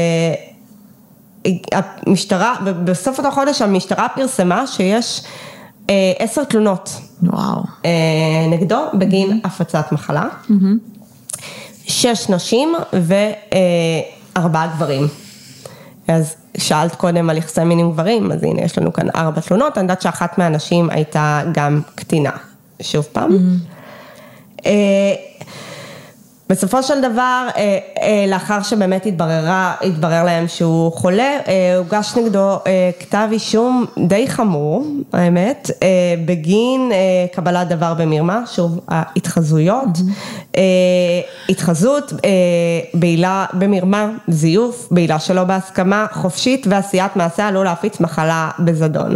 C: המשטרה, בסוף אותו חודש המשטרה פרסמה שיש 10 תלונות.
A: וואו.
C: נגדו בגין הפצת מחלה. 6 נשים ו4 גברים. אז שאלת קודם על יחסי מין עם גברים, אז הנה יש לנו כאן 4 תלונות, אני יודעת שאחת מהנשים הייתה גם קטינה, שוב פעם. בסופו של דבר, לאחר שבאמת התברר להם שהוא חולה, הוגש נגדו כתב אישום די חמור, האמת, בגין קבלת דבר במרמה, שוב, ההתחזויות, התחזות, בעילה במרמה, זיוף, בעילה שלא בהסכמה חופשית, ועשיית מעשה עלול להפיץ מחלה בזדון.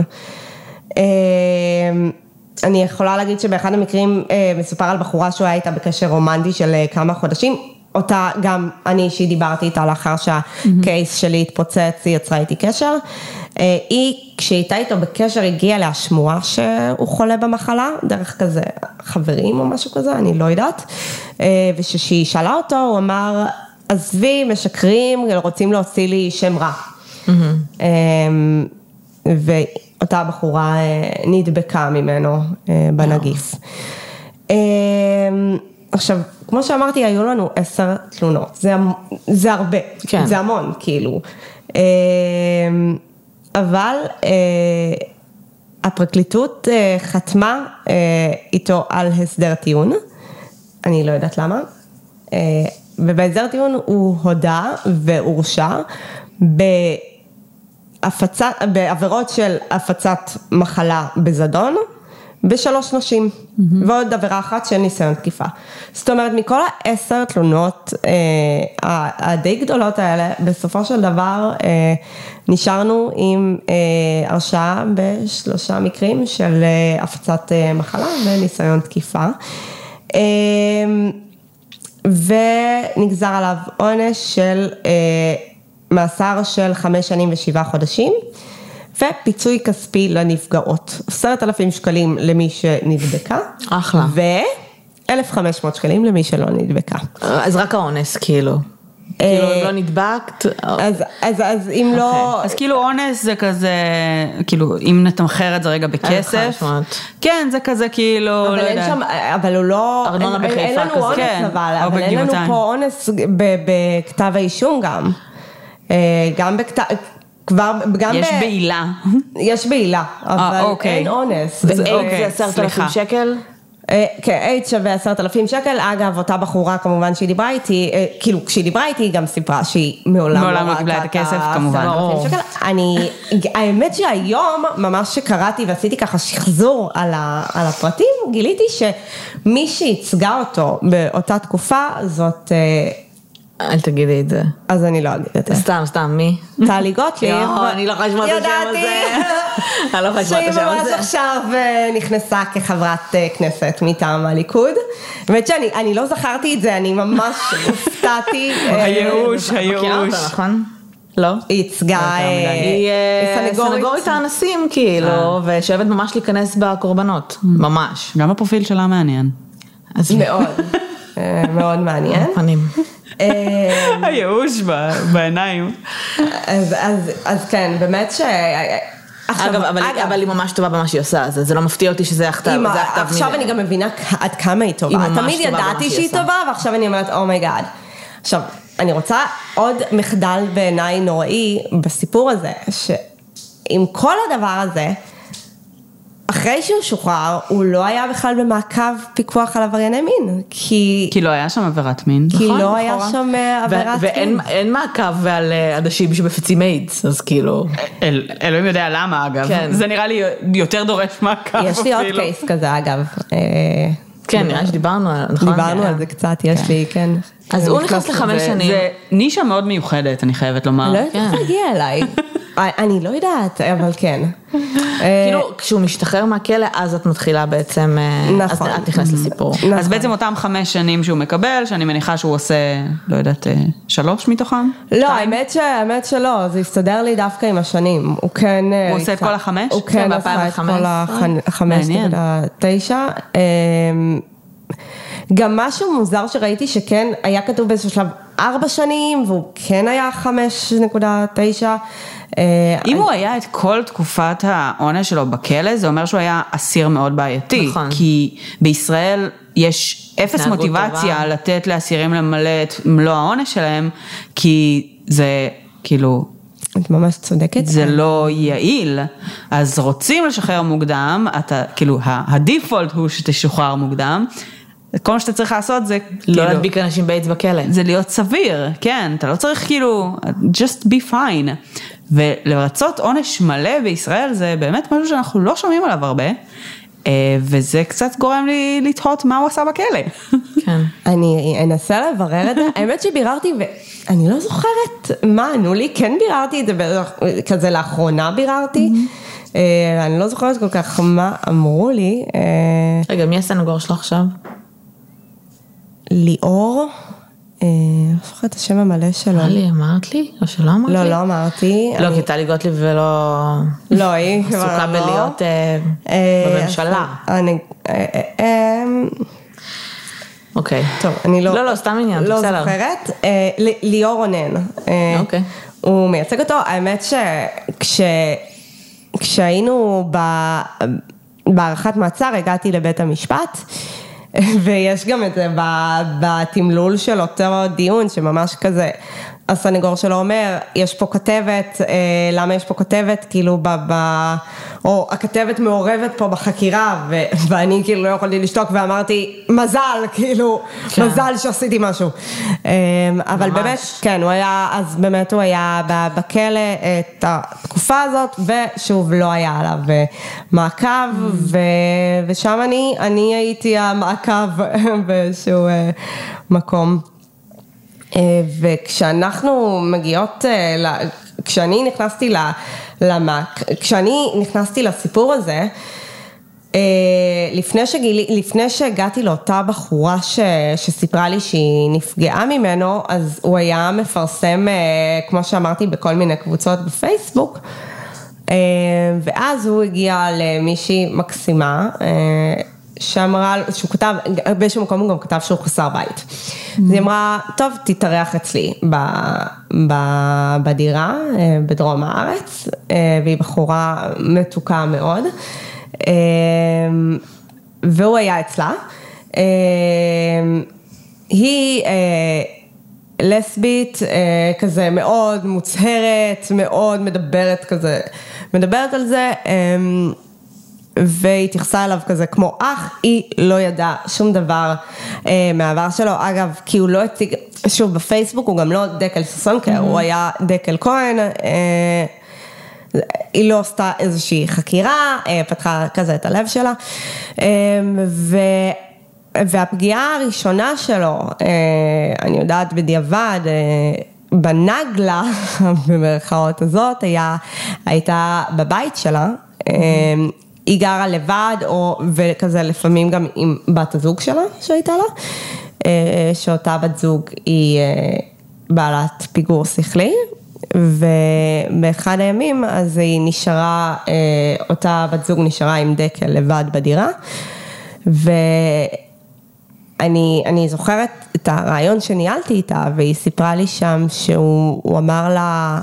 C: אני יכולה להגיד שבאחד המקרים מסופר על בחורה שהוא היה איתה בקשר רומנטי של כמה חודשים, אותה גם אני אישית דיברתי איתה לאחר שהקייס שלי התפוצץ, היא יצרה איתי קשר, היא כשהייתה איתו בקשר הגיעה להשמוע שהוא חולה במחלה, דרך כזה חברים או משהו כזה, אני לא יודעת, ושהיא שאלה אותו, הוא אמר, עזבי, משקרים, רוצים להוציא לי שם רע. ואותה בחורה נדבקה ממנו בנגיף. עכשיו, כמו שאמרתי, היו לנו 10 תלונות, זה הרבה, זה המון, כאילו. אבל הפרקליטות חתמה איתו על הסדר טיעון, אני לא יודעת למה, ובהסדר טיעון הוא הודע והורשע בעבירות של הפצת מחלה בזדון, ב3 נשים, ועוד עבירה אחת של ניסיון תקיפה. זאת אומרת, מכל 10 תלונות הדי גדולות האלה, בסופו של דבר נשארנו עם הרשעה ב3 מקרים של הפצת מחלה וניסיון תקיפה. ונגזר עליו עונש של מאסר של 5 שנים ו7 חודשים, ופיצוי כספי לנפגעות, 10,000 שקלים למי שנדבקה,
A: אחלה.
C: ו1,500 שקלים למי שלא נדבקה.
A: אז רק האונס, כאילו. כאילו, אם לא נדבקת.
C: אז אם לא...
B: אז כאילו אונס זה כזה, כאילו, אם נתמחר את זה רגע בכסף. כן, זה כזה כאילו, לא יודעת.
C: אבל הוא לא...
A: ארנונה בחיפה כזה.
C: אין לנו אונס, אבל אין לנו פה אונס בכתב האישום גם. גם בכתב...
B: יש בעילה.
C: יש בעילה, אבל אין אונס.
A: זה 10,000 שקל?
C: כן, H שווה 10,000 שקל, אגב, אותה בחורה כמובן שהיא דיברה איתי, כאילו כשהיא דיברה איתי היא גם סיפרה שהיא מעולם
B: לא קיבלה את הכסף כמובן.
C: האמת שהיום ממש שקראתי ועשיתי ככה שחזור על הפרטים, גיליתי שמי שהצגה אותו באותה תקופה זאת...
A: אל תגידי את זה.
C: אז אני לא אגיד את זה.
A: סתם, מי?
C: טלי גוטליב.
A: אני לא יכולה לשמוע את השם הזה. אני לא יכולה לשמוע את השם הזה.
C: שהיא ממש עכשיו נכנסה כחברת כנסת מטעם הליכוד. באמת שאני לא זכרתי את זה, אני ממש הופתעתי.
B: הייאוש.
A: מכירה אותה, נכון? לא?
C: היא הצגה,
A: היא סנגורית האנסים כאילו, ושאוהבת ממש להיכנס בקורבנות, ממש.
B: גם הפרופיל שלה מעניין.
C: מאוד, מאוד מעניין.
B: הייאוש בעיניים.
C: אז כן, באמת ש...
A: אגב, אבל היא ממש טובה במה שהיא עושה, זה לא מפתיע אותי שזה הכתב.
C: עכשיו אני גם מבינה עד כמה היא טובה. תמיד ידעתי שהיא טובה, ועכשיו אני אומרת, אומייגאד. עכשיו, אני רוצה עוד מחדל בעיניי נוראי בסיפור הזה, שעם כל הדבר הזה, אחרי שהוא שוחרר, הוא לא היה בכלל במעקב פיקוח על עברייני מין, כי
B: לא היה שם עבירת מין.
C: כי לא היה שם עבירת מין.
A: ואין מעקב על אנשים שמפיצים איידס, אז כאילו...
B: אלוהים יודע למה, אגב. זה נראה לי יותר דורש מעקב אפילו.
C: יש לי עוד קייס כזה, אגב.
A: כן, נראה שדיברנו על
C: זה קצת, יש לי, כן.
A: אז הוא נכנס ל5 שנים.
B: זה נישה מאוד מיוחדת, אני חייבת לומר.
C: לא יודעת איך להגיע אליי. אני לא יודעת, אבל כן.
A: כאילו, כשהוא משתחרר מהכלא, אז את מתחילה בעצם,
C: נכון.
A: אז את נכנסת לסיפור.
B: אז בעצם אותם 5 שנים שהוא מקבל, שאני מניחה שהוא עושה, לא יודעת, 3 מתוכם?
C: לא, האמת שלא, זה הסתדר לי דווקא עם השנים. הוא כן...
B: הוא עושה את כל 5?
C: הוא כן עשה את כל 5.9. גם משהו מוזר שראיתי שכן היה כתוב באיזשהו שלב 4 שנים, והוא כן היה 5.9.
B: אם הוא היה את כל תקופת העונש שלו בכלא, זה אומר שהוא היה אסיר מאוד בעייתי.
A: נכון.
B: כי בישראל יש אפס מוטיבציה לתת לאסירים למלא את מלוא העונש שלהם, כי זה כאילו...
C: את ממש צודקת.
B: זה לא יעיל, אז רוצים לשחרר מוקדם, אתה, כאילו, הדיפולט הוא שתשוחרר מוקדם, כל מה שאתה צריך לעשות זה...
A: לא להדביק אנשים באיידס בכלא.
B: זה להיות סביר, כן, אתה לא צריך כאילו, just be fine. ולרצות עונש מלא בישראל זה באמת משהו שאנחנו לא שומעים עליו הרבה, וזה קצת גורם לי לתהות מה הוא עשה בכלא.
A: כן.
C: אני אנסה לברר את זה, האמת שביררתי ואני לא זוכרת מה ענו לי, כן ביררתי את זה, כזה לאחרונה ביררתי, אני לא זוכרת כל כך מה אמרו לי.
A: רגע, מי הסנגור שלו עכשיו?
C: ליאור, אני לא זוכרת את השם המלא שלו.
A: טלי, אמרת לי? או שלא אמרת לי?
C: לא, לא אמרתי.
A: לא, כי טלי גוטליב ולא...
C: לא, היא כבר לא.
A: עסוקה בלהיות בממשלה. אוקיי.
C: טוב, אני לא...
A: לא, סתם עניין,
C: לא
A: בסדר.
C: זוכרת. ליאור רונן.
A: אוקיי.
C: הוא מייצג אותו. האמת כשהיינו בערכת מעצר, הגעתי לבית המשפט, ויש גם את זה בתמלול של אותו דיון, שממש כזה, הסנגור שלו אומר, יש פה כתבת, למה יש פה כתבת, כאילו, או הכתבת מעורבת פה בחקירה, ואני כאילו לא יכולתי לשתוק, ואמרתי, מזל, כאילו, מזל שעשיתי משהו. אבל באמת, כן, הוא היה, אז באמת הוא היה בכלא את התקופה הזאת, ושוב לא היה עליו מעקב, ושם אני הייתי המעקב באיזשהו מקום. וכשאנחנו מגיעות, כשאני נכנסתי לסיפור הזה, לפני שהגעתי לאותה בחורה שסיפרה לי שהיא נפגעה ממנו, אז הוא היה מפרסם, כמו שאמרתי, בכל מיני קבוצות בפייסבוק, ואז הוא הגיע למישהי מקסימה, שאמרה, שהוא כתב, באיזשהו מקום הוא גם כתב שהוא חסר בית. אז היא אמרה, טוב, תתארח אצלי בדירה, בדרום הארץ, והיא בחורה מתוקה מאוד, והוא היה אצלה. היא לסבית, כזה מאוד מוצהרת, מאוד מדברת על זה, והיא תחסה עליו כזה כמו אח, היא לא ידעה שום דבר מהעבר שלו, אגב, כי הוא לא הציג, שוב בפייסבוק הוא גם לא דקל ססונקר, הוא היה דקל כהן, היא לא עשתה איזושהי חקירה, פתחה כזה את הלב שלה, והפגיעה הראשונה שלו, אני יודעת בדיעבד, בנגלה, במרכאות הזאת, הייתה בבית שלה, היא גרה לבד, וכזה לפעמים גם עם בת הזוג שלה שהייתה לה, שאותה בת זוג היא בעלת פיגור שכלי, ובאחד הימים אז היא נשארה, אותה בת זוג נשארה עם דקל לבד בדירה, ואני זוכרת את הרעיון שניהלתי איתה, והיא סיפרה לי שם שהוא אמר לה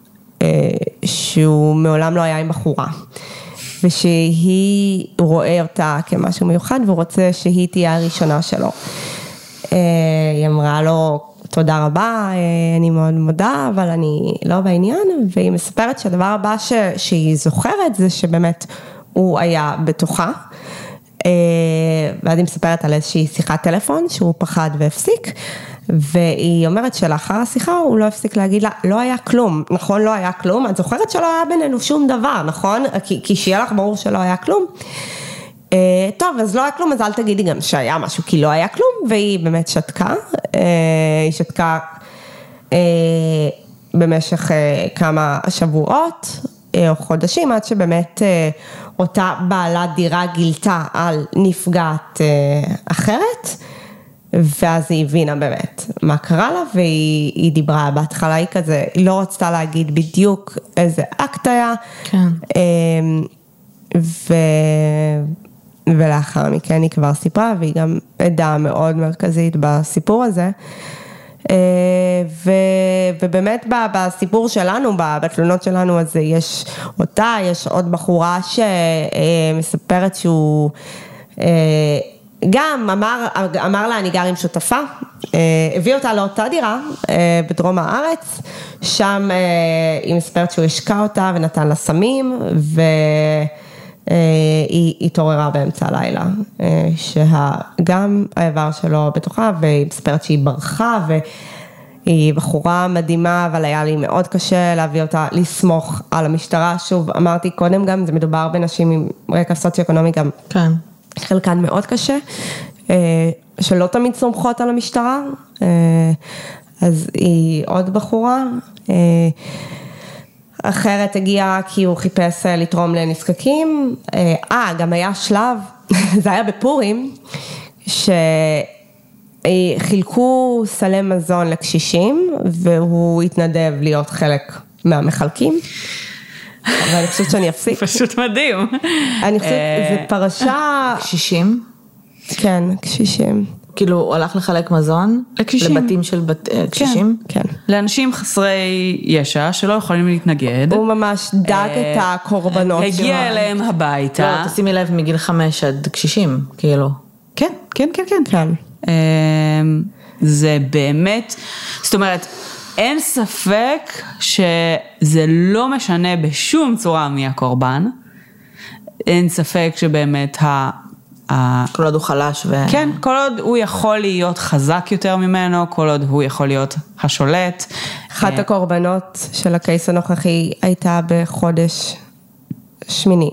C: שהוא מעולם לא היה עם בחורה, ושהיא רואה אותה כמשהו מיוחד, והוא רוצה שהיא תהיה הראשונה שלו. היא אמרה לו, תודה רבה, אני מאוד מודה, אבל אני לא בעניין, והיא מספרת שהדבר הבא שהיא זוכרת, זה שבאמת הוא היה בתוכה, ואז היא מספרת על איזושהי שיחת טלפון, שהוא פחד והפסיק, והיא אומרת שלאחר השיחה הוא לא הפסיק להגיד לה, לא היה כלום, נכון? לא היה כלום, את זוכרת שלא היה בינינו שום דבר, נכון? כי שיהיה לך ברור שלא היה כלום. טוב, אז לא היה כלום, אז אל תגידי גם שהיה משהו, כי לא היה כלום, והיא באמת שתקה, היא שתקה במשך כמה שבועות או חודשים, עד שבאמת אותה בעלת דירה גילתה על נפגעת אחרת, ואז היא הבינה באמת מה קרה לה, והיא דיברה בהתחלה, היא כזה, היא לא רצתה להגיד בדיוק איזה אקט היה,
A: כן.
C: ולאחר מכן היא כבר סיפרה, והיא גם עדה מאוד מרכזית בסיפור הזה, ובאמת בסיפור שלנו, בתלונות שלנו, אז יש אותה, יש עוד בחורה שמספרת שהוא גם אמר לה, אני גר עם שותפה, הביא אותה לאותה דירה בדרום הארץ, שם היא מספרת שהוא השקע אותה ונתן לה סמים, והיא התעוררה באמצע הלילה, שגם האיבר שלו בתוכה, והיא מספרת שהיא ברחה, והיא בחורה מדהימה, אבל היה לי מאוד קשה להביא אותה לסמוך על המשטרה. שוב, אמרתי קודם גם, זה מדובר בנשים עם רקע סוציו-אקונומי גם.
A: כן.
C: חלקן מאוד קשה, שלא תמיד סומכות על המשטרה, אז היא עוד בחורה, אחרת הגיעה כי הוא חיפש לתרום לנזקקים, גם היה שלב, זה היה בפורים, שחילקו סלי מזון לקשישים, והוא התנדב להיות חלק מהמחלקים, אבל אני חושבת שאני אפסיק.
B: פשוט מדהים.
C: אני חושבת, זה פרשה...
A: קשישים?
C: כן, קשישים.
A: כאילו, הוא הלך לחלק מזון?
B: לקשישים.
A: לבתים של קשישים?
C: כן.
B: לאנשים חסרי ישע שלא יכולים להתנגד.
C: הוא ממש דאג את הקורבנות שלו.
B: הגיע אליהם הביתה.
A: לא, תשימי לב מגיל 5 עד קשישים, כאילו.
B: כן, כן, כן, כן.
C: כן.
B: זה באמת, זאת אומרת, אין ספק שזה לא משנה בשום צורה מי הקורבן. אין ספק שבאמת
A: כל עוד הוא חלש
B: כן, כל עוד הוא יכול להיות חזק יותר ממנו, כל עוד הוא יכול להיות השולט.
C: אחת הקורבנות של הקייס הנוכחי הייתה בחודש שמיני.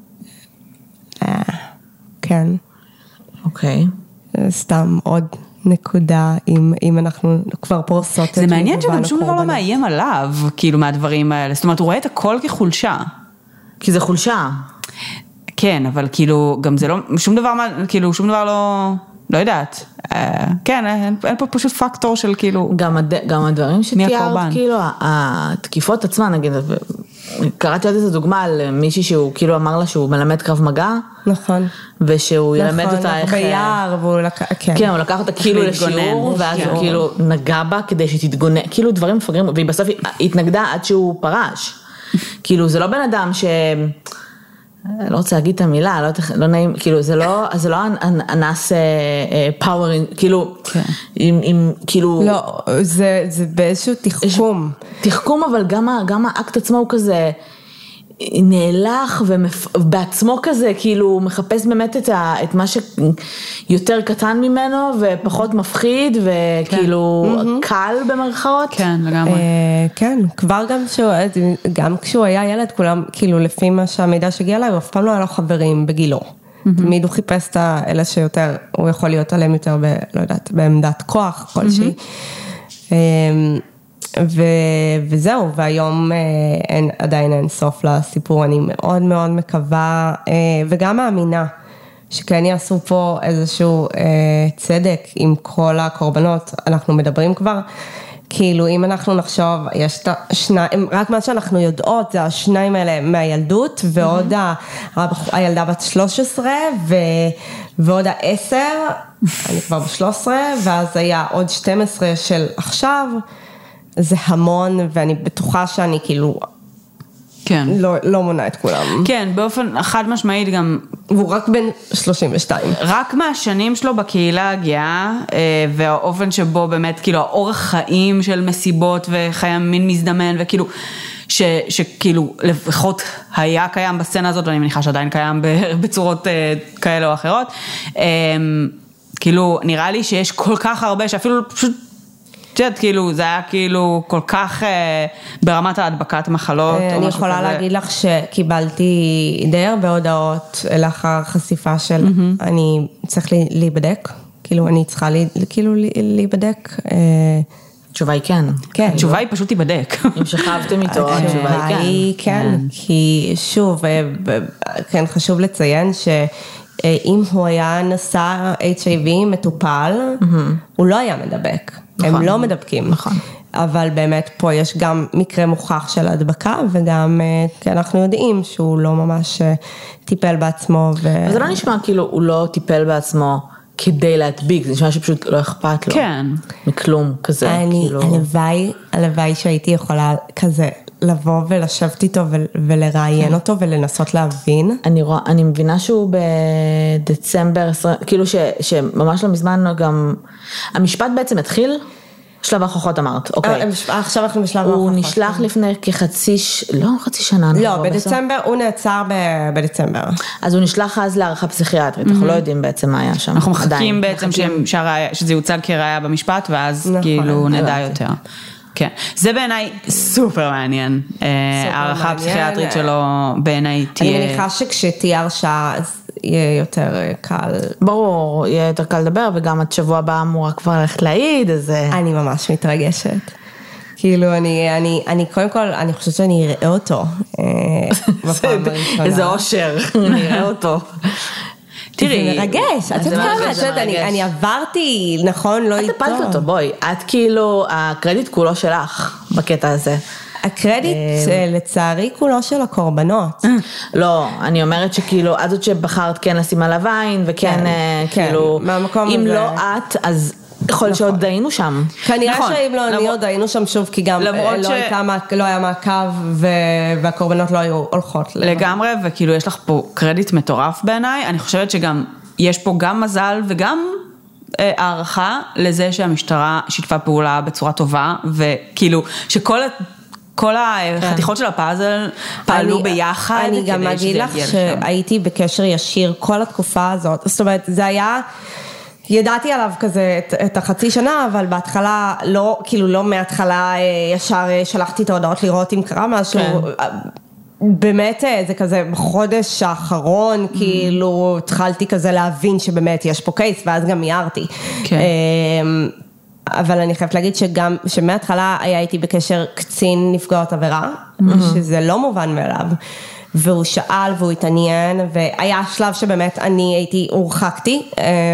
C: כן.
A: אוקיי.
C: סתם עוד נקודה, אם אנחנו כבר פורסות את
B: זה מעניין שגם שום דבר לא מאיים עליו, כאילו מהדברים האלה. זאת אומרת, הוא רואה את הכל כחולשה.
A: כי זה חולשה.
B: כן, אבל כאילו, גם זה לא, שום דבר, כאילו, שום דבר לא יודעת. כן, אין פה פשוט פקטור של כאילו...
A: גם הדברים שתיארת, כאילו, התקיפות עצמן, נגיד, קראתי עוד איזו דוגמה על מישהי שהוא כאילו אמר לה שהוא מלמד קרב מגע.
C: נכון.
A: ושהוא ילמד אותה איך...
C: ביער, והוא לקח...
A: כן, הוא לקח אותה כאילו לשיעור, ואז הוא כאילו נגע בה כדי שתתגונן, כאילו דברים מפגרים, והיא בסוף התנגדה עד שהוא פרש. כאילו, זה לא בן אדם ש... לא רוצה להגיד את המילה, לא נעים, כאילו זה לא אנס פאוור, כאילו, כאילו...
C: לא, זה באיזשהו תחכום.
A: תחכום, אבל גם האקט עצמו הוא כזה נהלך ובעצמו כזה, כאילו מחפש באמת את מה שיותר קטן ממנו ופחות מפחיד וכאילו קל במרכאות.
B: כן, לגמרי.
C: כן, כבר גם כשהוא היה ילד, כולם, כאילו לפי מה שהמידע שהגיע אליי, הוא אף פעם לא היה לו חברים בגילו. תמיד הוא חיפש את האלה שיותר, הוא יכול להיות עליהם יותר, לא יודעת, בעמדת כוח כלשהי. וזהו, והיום עדיין אין סוף לסיפור, אני מאוד מאוד מקווה וגם מאמינה שכן יעשו פה איזשהו צדק עם כל הקורבנות. אנחנו מדברים כבר, כאילו אם אנחנו נחשוב, יש את השניים, רק מה שאנחנו יודעות זה השניים האלה מהילדות, ועוד הילדה בת 13 ועוד 10, אני כבר ב-13, ואז היה עוד 12 של עכשיו, זה המון, ואני בטוחה שאני כאילו,
B: כן.
C: לא מונה את כולם.
B: כן, באופן חד משמעית גם...
C: והוא רק בן 32.
B: רק מהשנים שלו בקהילה הגאה, והאופן שבו באמת, כאילו, האורח חיים של מסיבות וחיי מין מזדמן, וכאילו, שכאילו, לפחות היה קיים בסצנה הזאת, ואני מניחה שעדיין קיים בצורות כאלה או אחרות, כאילו, נראה לי שיש כל כך הרבה, שאפילו פשוט, כאילו, זה היה כאילו כל כך ברמת ההדבקת מחלות.
C: אני יכולה להגיד לך שקיבלתי די הרבה הודעות לאחר חשיפה של אני צריך להיבדק, כאילו אני צריכה כאילו להיבדק,
A: התשובה היא כן.
C: כן.
B: התשובה היא פשוט תיבדק.
A: אם שכבתם איתו, התשובה היא כן.
C: כן, כי שוב, כן חשוב לציין שאם הוא היה נשא HIV מטופל, הוא לא היה מדבק. הם לא מדבקים.
A: נכון.
C: אבל באמת פה יש גם מקרה מוכח של הדבקה, וגם כי אנחנו יודעים שהוא לא ממש טיפל בעצמו.
A: אז זה לא נשמע כאילו הוא לא טיפל בעצמו כדי להדביק, זה נשמע שפשוט לא אכפת לו.
B: כן.
A: מכלום כזה.
C: הלוואי שהייתי יכולה כזה לבוא ולשבת איתו ולראיין אותו ולנסות להבין.
A: אני מבינה שהוא בדצמבר, כאילו שממש לא מזמן גם, המשפט בעצם התחיל, שלב ההוכחות אמרת, אוקיי.
C: עכשיו אנחנו בשלב ההוכחות.
A: הוא נשלח לפני כחצי שנה.
C: לא, בדצמבר, הוא נעצר בדצמבר.
A: אז הוא נשלח אז להערכה פסיכיאטרית, אנחנו לא יודעים בעצם מה היה שם.
B: אנחנו מחכים בעצם שזה יוצג כראיה במשפט, ואז כאילו נדע יותר. כן, זה בעיניי סופר מעניין, הערכה הפסיכיאטרית שלו בעיניי תהיה...
C: אני מניחה שכשתהיה הרשעה אז יהיה יותר קל.
A: ברור, יהיה יותר קל לדבר, וגם עד שבוע הבא אמורה כבר ללכת להעיד, אז...
C: אני ממש מתרגשת. כאילו אני קודם כל, אני חושבת שאני אראה אותו.
A: איזה אושר, אני אראה אותו.
C: תראי, זה מרגש, את יודעת, אני עברתי, נכון, לא איתו.
A: את הפלת אותו, בואי, את כאילו, הקרדיט כולו שלך בקטע הזה.
C: הקרדיט לצערי כולו של הקורבנות.
A: לא, אני אומרת שכאילו, את זאת שבחרת כן לשים עליו עין, וכן כאילו, אם לא את, אז יכול שעוד היינו שם.
C: כנראה שאם לא אני עוד היינו שם שוב, כי גם לא היה מעקב והקורבנות לא היו הולכות.
B: לגמרי, וכאילו יש לך פה קרדיט מטורף בעיניי, אני חושבת שגם יש פה גם מזל וגם הערכה לזה שהמשטרה שיתפה פעולה בצורה טובה, וכאילו שכל החתיכות של הפאזל פעלו ביחד.
C: אני גם אגיד לך שהייתי בקשר ישיר כל התקופה הזאת, זאת אומרת זה היה... ידעתי עליו כזה את החצי שנה, אבל בהתחלה לא, כאילו לא מההתחלה ישר שלחתי את ההודעות לראות אם קרה משהו, באמת זה כזה בחודש האחרון, כאילו התחלתי כזה להבין שבאמת יש פה קייס, ואז גם מיירתי. אבל אני חייבת להגיד שגם, שמההתחלה היה איתי בקשר קצין נפגעות עבירה, שזה לא מובן מאליו. והוא שאל והוא התעניין, והיה שלב שבאמת אני הייתי, הורחקתי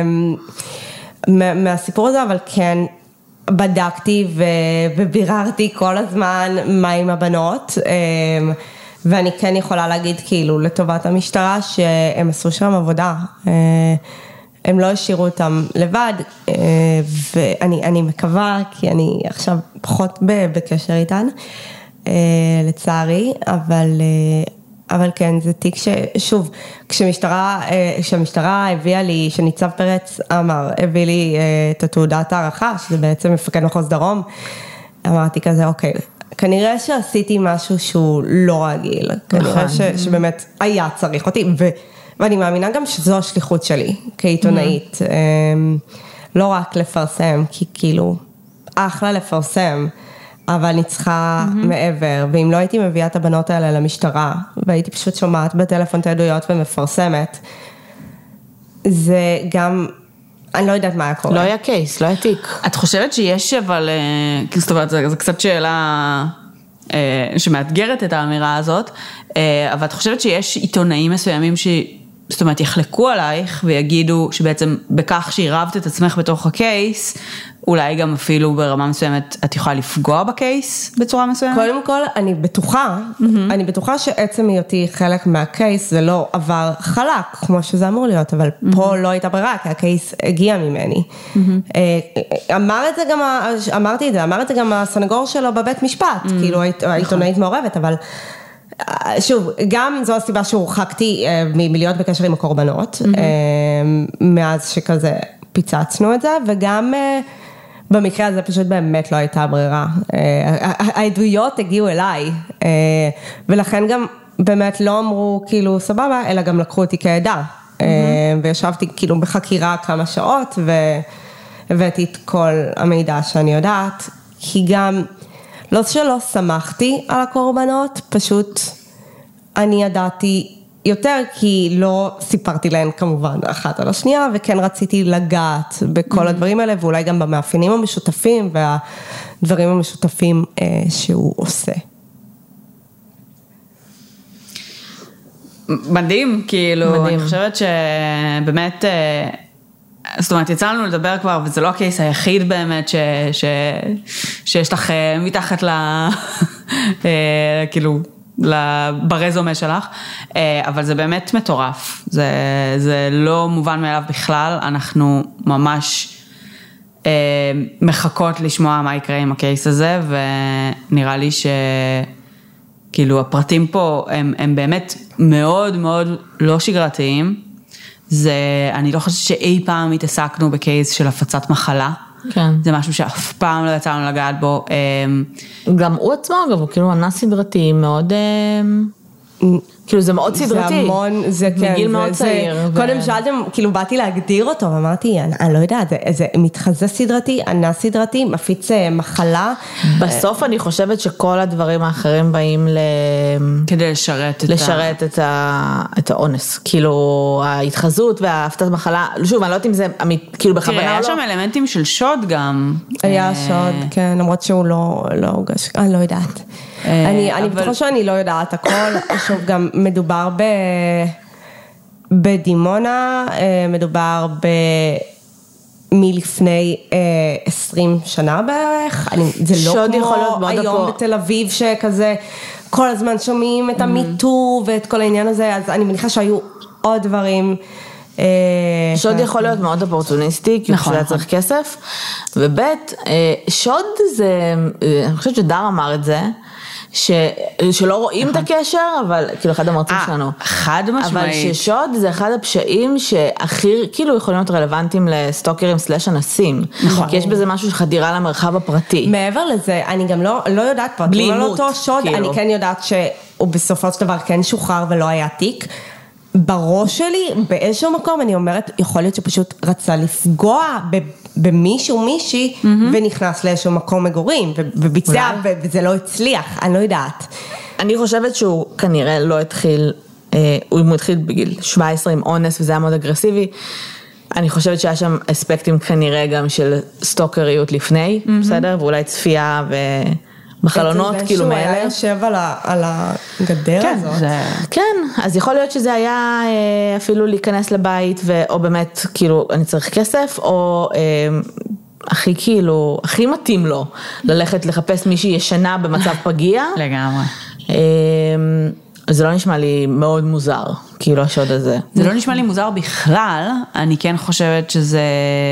C: מהסיפור הזה, אבל כן בדקתי וביררתי כל הזמן מה עם הבנות, ואני כן יכולה להגיד כאילו לטובת המשטרה שהם עשו שם עבודה, הם לא השאירו אותם לבד, ואני מקווה, כי אני עכשיו פחות בקשר איתן, לצערי, אבל כן, זה תיק ששוב, כשהמשטרה הביאה לי, שניצב פרץ הביא לי את התעודת הערכה, שזה בעצם מפקד מחוז דרום, אמרתי כזה, אוקיי, כנראה שעשיתי משהו שהוא לא רגיל, כנראה שבאמת היה צריך אותי, ואני מאמינה גם שזו השליחות שלי, כעיתונאית, לא רק לפרסם, כי כאילו, אחלה לפרסם, אבל אני צריכה מעבר, ואם לא הייתי מביאה את הבנות האלה למשטרה, והייתי פשוט שומעת בטלפון את העדויות ומפרסמת, זה גם, אני לא יודעת מה היה קורה.
A: לא היה קייס, לא היה תיק.
B: את חושבת שיש, אבל, זאת אומרת, זה קצת שאלה שמאתגרת את האמירה הזאת, אבל את חושבת שיש עיתונאים מסוימים זאת אומרת, יחלקו עלייך ויגידו שבעצם בכך שהירבת את עצמך בתוך הקייס, אולי גם אפילו ברמה מסוימת את יכולה לפגוע בקייס בצורה מסוימת?
C: קודם כל, אני בטוחה שעצם היותי חלק מהקייס, זה לא עבר חלק, כמו שזה אמור להיות, אבל פה לא הייתה ברירה, כי הקייס הגיע ממני. אמרתי את זה גם הסנגור שלו בבית משפט, כאילו העיתונאית מעורבת, אבל... שוב, גם זו הסיבה שהורחקתי מלהיות בקשר עם הקורבנות, מאז שכזה פיצצנו את זה, וגם במקרה הזה פשוט באמת לא הייתה ברירה. העדויות הגיעו אליי, ולכן גם באמת לא אמרו כאילו סבבה, אלא גם לקחו אותי כעדה, וישבתי כאילו בחקירה כמה שעות, והבאתי את כל המידע שאני יודעת, כי גם... לא שלא שמחתי על הקורבנות, פשוט אני ידעתי יותר, כי לא סיפרתי להן כמובן אחת על השנייה, וכן רציתי לגעת בכל הדברים האלה, ואולי גם במאפיינים המשותפים, הדברים המשותפים שהוא עושה.
B: מדהים, כאילו, אני חושבת שבאמת, זאת אומרת, יצא לנו לדבר כבר, וזה לא הקייס היחיד באמת שיש לך מתחת כאילו, ברזומה שלך, אבל זה באמת מטורף, זה לא מובן מאליו בכלל, אנחנו ממש מחכות לשמוע מה יקרה עם הקייס הזה, ונראה לי כאילו הפרטים פה הם באמת מאוד מאוד לא שגרתיים, אני לא חושבת שאי פעם התעסקנו בקייס של הפצת מחלה,
A: כן.
B: זה משהו שאף פעם לא יצאנו לגעת בו.
A: גם הוא עצמו אגב, הוא כאילו ענה סדרתי מאוד, כאילו זה מאוד סדרתי.
C: זה המון, זה כן.
A: מגיל מאוד צעיר.
C: קודם שאלתם, כאילו באתי להגדיר אותו, ואמרתי, אני לא יודעת, זה מתחזה סדרתי, ענה סדרתי, מפיץ מחלה.
A: בסוף אני חושבת שכל הדברים האחרים באים
B: כדי לשרת
A: את האונס. כאילו ההתחזות וההפתת מחלה, שוב, אני לא יודעת אם זה כאילו בכוונה או לא.
B: היה שם אלמנטים של שוד גם.
C: היה שוד, כן, למרות שהוא לא הוגש, אני לא יודעת. אני בטוחה שאני לא יודעת הכל, שוב גם מדובר בדימונה, מדובר מלפני 20 שנה בערך, זה לא כמו היום בתל אביב שכזה כל הזמן שומעים את המיטו ואת כל העניין הזה, אז אני מניחה שהיו עוד דברים.
A: שוד יכול להיות מאוד אופורטוניסטי, כי הוא צריך כסף, ובית, שוד זה, אני חושבת שדר אמר את זה, שלא רואים את הקשר, אבל כאילו אחד המרצים שלנו.
B: חד משמעית.
A: אבל ששוד זה אחד הפשעים שהכי כאילו יכולים להיות רלוונטיים לסטוקרים סלש אנסים. כי יש בזה משהו שחדירה למרחב הפרטי.
C: מעבר לזה, אני גם לא יודעת פרטים על אותו שוד, אני כן יודעת שהוא בסופו של דבר כן שוחרר ולא היה תיק. בראש שלי, באיזשהו מקום, אני אומרת, יכול להיות שפשוט רצה לפגוע במישהו, מישהי, ונכנס לאיזשהו מקום מגורים, וביצע, וזה לא הצליח, אני לא יודעת.
A: אני חושבת שהוא כנראה לא התחיל, הוא התחיל בגיל 17 עם אונס, וזה היה מאוד אגרסיבי. אני חושבת שהיה שם אספקטים כנראה גם של סטוקריות לפני, בסדר? ואולי צפייה בחלונות, כאילו מאלה.
C: שהוא היה יושב על הגדר הזאת.
A: כן, אז יכול להיות שזה היה אפילו להיכנס לבית, או באמת, כאילו, אני צריך כסף, או הכי מתאים לו, ללכת לחפש מישהי ישנה במצב פגיע.
B: לגמרי.
A: זה לא נשמע לי מאוד מוזר, כאילו השוד הזה.
B: זה לא נשמע לי מוזר בכלל, אני כן חושבת שזה,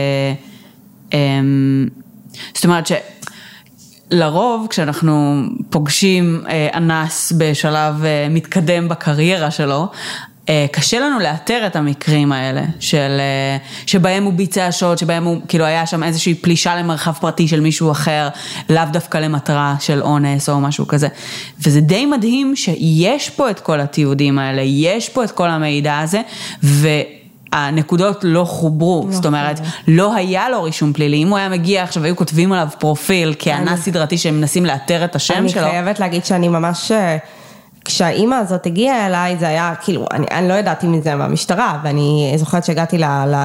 B: זאת אומרת לרוב, כשאנחנו פוגשים אנס בשלב מתקדם בקריירה שלו, קשה לנו לאתר את המקרים האלה, שבהם הוא ביצע שוד, שבהם הוא, כאילו היה שם איזושהי פלישה למרחב פרטי של מישהו אחר, לאו דווקא למטרה של אונס או משהו כזה. וזה די מדהים שיש פה את כל התיעודים האלה, יש פה את כל המידע הזה, הנקודות לא חוברו, זאת אומרת, לא היה לו רישום פלילי, אם הוא היה מגיע עכשיו, היו כותבים עליו פרופיל, כאנס סדרתי שהם מנסים לאתר את השם שלו.
C: אני חייבת להגיד שאני ממש, כשהאימא הזאת הגיעה אליי, זה היה, כאילו, אני לא ידעתי מזה במשטרה, ואני זוכרת שהגעתי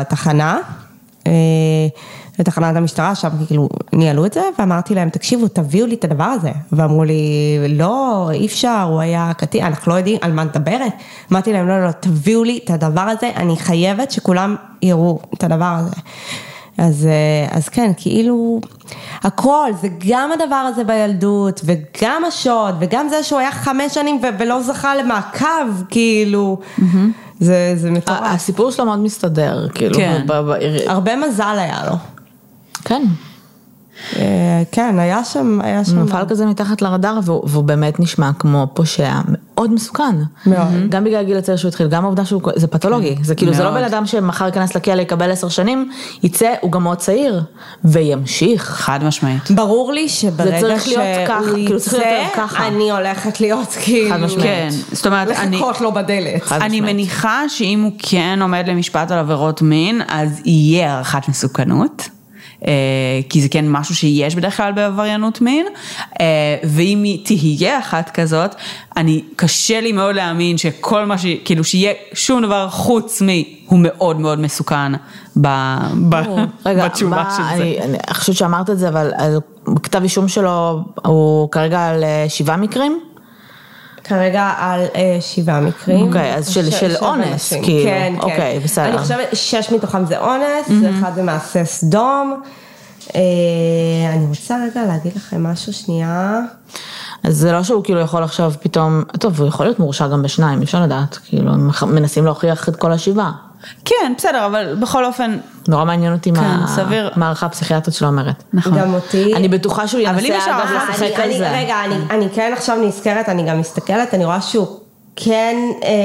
C: לתחנת המשטרה, שם כאילו ניהלו את זה, ואמרתי להם, תקשיבו, תביאו לי את הדבר הזה, ואמרו לי, לא, אי אפשר, הוא היה קטין, אנחנו לא יודעים על מה נדברת, אמרתי להם, לא, תביאו לי את הדבר הזה, אני חייבת שכולם יראו את הדבר הזה, אז כן, כאילו, הכל, זה גם הדבר הזה בילדות, וגם השוד, וגם זה שהוא היה 5 שנים, ולא זכה למעקב, כאילו, זה מטורף.
A: הסיפור שלו מאוד מסתדר, כאילו.
C: הרבה מזל היה לו.
A: כן.
C: כן, היה שם.
A: נפל כזה מתחת לרדאר, והוא באמת נשמע כמו פושע מאוד מסוכן.
C: מאוד.
A: גם בגלל גיל הצעיר שהוא התחיל, גם העובדה זה פתולוגי. זה כאילו, זה לא בן אדם שמחר ייכנס לכלא, יקבל 10 שנים, יצא, הוא גם מאוד צעיר, וימשיך.
B: חד משמעית.
C: ברור לי שברגע שהוא יצא, אני הולכת להיות כאילו.
A: חד משמעית.
B: זאת אומרת,
C: לחכות לו בדלת.
B: אני מניחה שאם הוא כן עומד למשפט על עבירות מין, אז יהיה הערכת מסוכנות. כי זה כן משהו שיש בדרך כלל בעבריינות מין, ואם היא תהיה אחת כזאת, קשה לי מאוד להאמין שכל מה כאילו שיהיה שום דבר חוץ הוא מאוד מאוד מסוכן בתשובה של זה.
A: אני חושבת שאמרת את זה, אבל כתב אישום שלו הוא כרגע על 7 מקרים?
C: כרגע על 7 מקרים.
A: אוקיי, אז של אונס, כאילו.
C: כן, כן.
A: אוקיי, בסדר.
C: אני חושבת 6 מתוכם זה אונס, 1 זה מעשה סדום. אני רוצה רגע להגיד לכם משהו שנייה.
A: אז זה לא שהוא כאילו יכול עכשיו פתאום, טוב, הוא יכול להיות מורשע גם ב2, אי אפשר לדעת, כאילו, הם מנסים להוכיח את כל 7.
B: כן, בסדר, אבל בכל אופן...
A: נורא מעניין אותי
B: סביר.
A: מה הערכה הפסיכיאטרית שלו אומרת.
B: נכון.
C: גם אותי.
A: אני בטוחה שהוא
B: אבל אם
A: ינסה
B: יש
A: אגב
B: הערכה,
A: לשחק על זה.
C: רגע, אני כן עכשיו נזכרת, אני גם מסתכלת, אני רואה שהוא כן,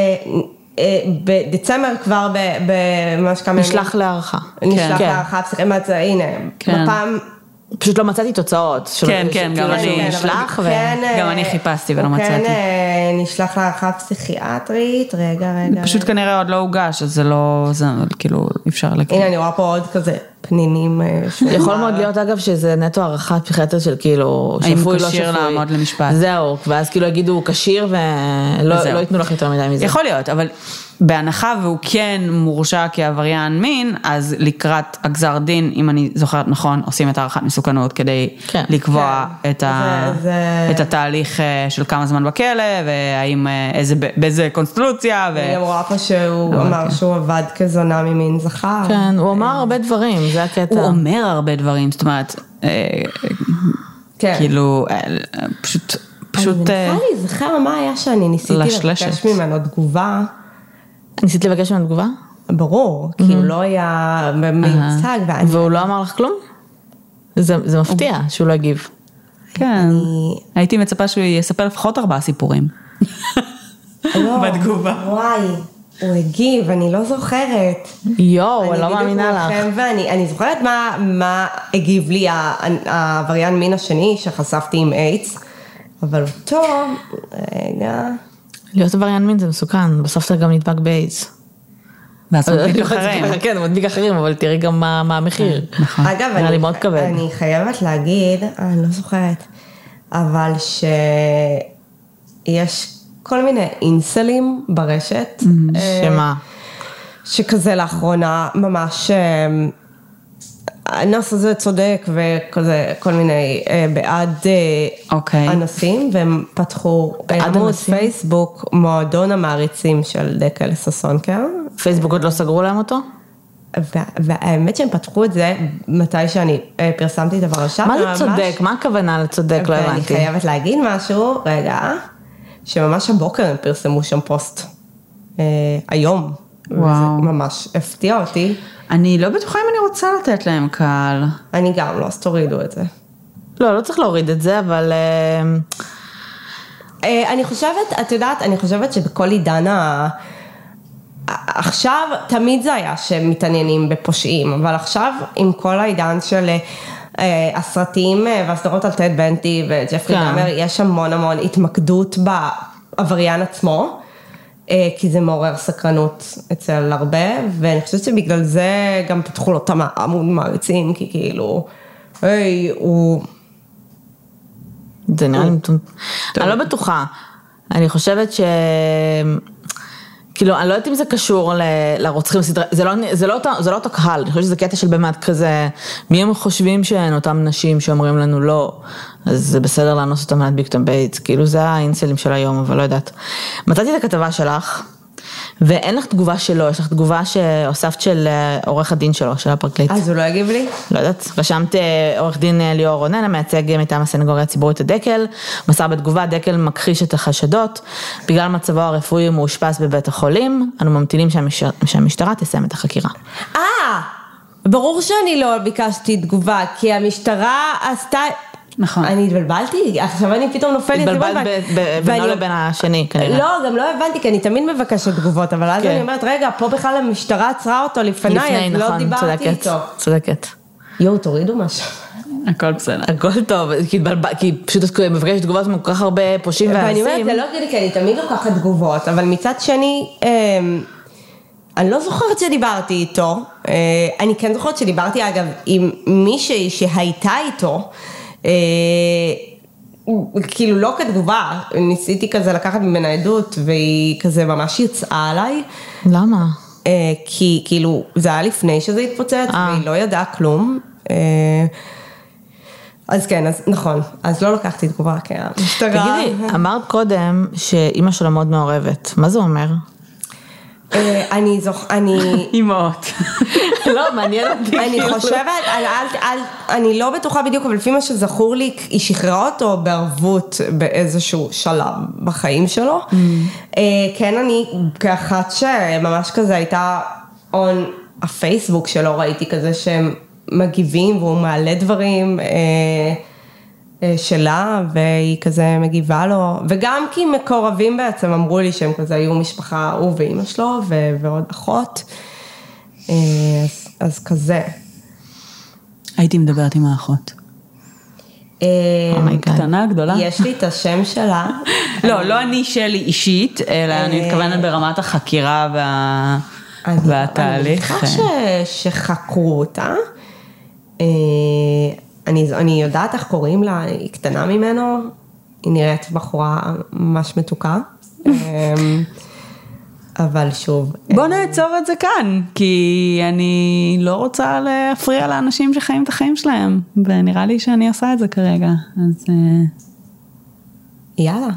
C: בדצמבר כבר ממש כמה...
A: נשלח להערכה.
C: נשלח להערכה הפסיכיאטרית, הנה, בפעם...
A: פשוט לא מצאתי תוצאות.
B: כן, כן, גם אני
A: נשלח
B: גם אני חיפשתי ולא מצאתי.
C: הוא כן נשלח להערכה פסיכיאטרית, רגע.
B: פשוט כנראה עוד לא הוגש, אז זה לא, זה כאילו אפשר להגיד.
C: הנה, אני רואה פה עוד כזה פנינים.
A: יכול מאוד להיות אגב שזה נטו הערכה פסיכיאטרית של כאילו שפוי לא שפוי.
B: האם כשיר לעמוד למשפט.
A: זהו, ואז כאילו יגידו הוא כשיר ולא ייתנו לך יותר מדי מזה.
B: יכול להיות, אבל בהנחה והוא כן מורשע כעבריין מין, אז לקראת הגזר דין, אם אני זוכרת נכון, עושים את הערכת מסוכנות כדי לקבוע את התהליך של כמה זמן בכלא, והאם, באיזה קונסטלוציה.
C: אני גם רואה פה שהוא אמר שהוא עבד כזונה ממין זכר.
A: כן, הוא אמר הרבה דברים, זה הקטע.
B: הוא אומר הרבה דברים, זאת אומרת, כאילו, פשוט...
C: אני מנסה להיזכר מה היה שאני ניסיתי לבקש ממנו תגובה.
A: ניסית לבקש ממנו תגובה?
C: ברור, כי הוא לא היה מיוצג.
A: והוא לא אמר לך כלום? זה מפתיע שהוא לא הגיב.
B: כן, הייתי מצפה שהוא יספר לפחות 4 סיפורים. בתגובה.
C: וואי, הוא הגיב, אני לא זוכרת.
A: יואו, אני לא מאמינה לך.
C: ואני זוכרת מה הגיב לי העבריין מין השני שחשפתי עם איידס, אבל טוב, רגע.
A: להיות עבריין מין זה מסוכן, בסוף אתה גם נדבק באיידס.
B: ואז מדביק אחרים.
A: כן, הוא מדביק אחרים, אבל תראי גם מה המחיר.
C: אגב, אני חייבת להגיד, אני לא זוכרת, אבל שיש כל מיני אינסלים ברשת.
A: שמה?
C: שכזה לאחרונה ממש... הנוס הזה צודק וכזה כל מיני בעד אנסים, והם פתחו עמוד פייסבוק, מועדון המעריצים של דקל ססונקר.
A: פייסבוק עוד לא סגרו להם אותו?
C: והאמת שהם פתחו את זה מתי שאני פרסמתי את הפרשה.
A: מה זה צודק? מה הכוונה לצודק? לא הבנתי.
C: ואני חייבת להגיד משהו, רגע, שממש הבוקר הם פרסמו שם פוסט. היום. וזה ממש הפתיע אותי.
B: אני לא בטוחה אם אני רוצה לתת להם קהל.
C: אני גם לא, אז תורידו את זה.
A: לא צריך להוריד את זה, אבל...
C: אני חושבת, את יודעת, אני חושבת שבכל עידן עכשיו, תמיד זה היה שמתעניינים בפושעים, אבל עכשיו עם כל העידן של הסרטים והסדרות על טד בנטי וג'פרי דאמר, יש המון התמקדות בעבריין עצמו, כי זה מעורר סקרנות אצל הרבה, ואני חושבת שבגלל זה גם פתחו לו את עמוד מעריצים, כי כאילו, הוא...
A: זה נראה לי... אני לא בטוחה. אני חושבת ש... כאילו, אני לא יודעת אם זה קשור לרוצחים סדרה, זה לא אותו קהל, אני חושבת שזה קטע של באמת כזה, מי הם חושבים שהן אותם נשים שאומרים לנו לא, אז זה בסדר לאנוס אותם להדביק אותם באיידס, כאילו זה האינסלים של היום, אבל לא יודעת. מצאתי את הכתבה שלך, ואין לך תגובה שלו, יש לך תגובה שהוספת של עורך הדין שלו, של הפרקליט.
C: אז הוא לא יגיב לי?
A: לא יודעת, רשמת עורך דין ליאור רונן, המייצג מטעם הסנגוריה הציבורית הדקל, מסר בתגובה, דקל מכחיש את החשדות, בגלל מצבו הרפואי הוא מאושפז בבית החולים, אנו ממתינים שהמשטרה תסיים את החקירה.
C: ברור שאני לא ביקשתי תגובה, כי המשטרה עשתה...
B: נכון.
C: אני התבלבלתי, עכשיו אני פתאום נופלת.
A: התבלבלת בינו לבין השני, כנראה.
C: לא, גם לא הבנתי, כי אני תמיד מבקשת תגובות, אבל אז אני אומרת, רגע, פה בכלל המשטרה עצרה אותו לפניי, אז לא דיברתי איתו.
A: צודקת.
C: יואו, תורידו משהו.
B: הכל בסדר.
A: הכל טוב, כי פשוט את מבקשת תגובות מכל כך הרבה פושעים ואנסים.
C: ואני אומרת, זה לא כדי, כי אני תמיד לוקחת תגובות, אבל מצד שני, אני לא זוכרת שדיברתי איתו, אני כן זוכרת שדיברתי אגב עם מישהי שהייתה איתו, כאילו לא כתגובה, ניסיתי כזה לקחת ממנה עדות והיא כזה ממש יצאה עליי.
A: למה?
C: כי כאילו זה היה לפני שזה התפוצץ והיא לא ידעה כלום. אז כן, אז נכון, אז לא לקחתי תגובה כמשטרה.
A: תגידי, אמרת קודם שאמא שלה מאוד מעורבת, מה זה אומר?
C: אני
B: אימהות.
A: לא, מעניין אותי.
C: אני חושבת, אני לא בטוחה בדיוק, אבל לפי מה שזכור לי, היא שחררה אותו בערבות באיזשהו שלב בחיים שלו. כן, אני כאחת שממש כזה הייתה on הפייסבוק שלו, ראיתי כזה שהם מגיבים והוא מעלה דברים שלה, והיא כזה מגיבה לו, וגם כי מקורבים בעצם אמרו לי שהם כזה היו משפחה, הוא ואמא שלו, ועוד אחות, אז כזה.
B: הייתי מדברת עם האחות. קטנה, גדולה.
C: יש לי את השם שלה.
B: לא אני שלי אישית, אלא אני מתכוונת ברמת החקירה והתהליך.
C: אני מניחה שחקרו אותה. אני יודעת איך קוראים לה, היא קטנה ממנו, היא נראית בחורה ממש מתוקה, אבל שוב.
B: בוא נעצור את זה כאן, כי אני לא רוצה להפריע לאנשים שחיים את החיים שלהם, ונראה לי שאני עושה את זה כרגע, אז...
C: יאללה.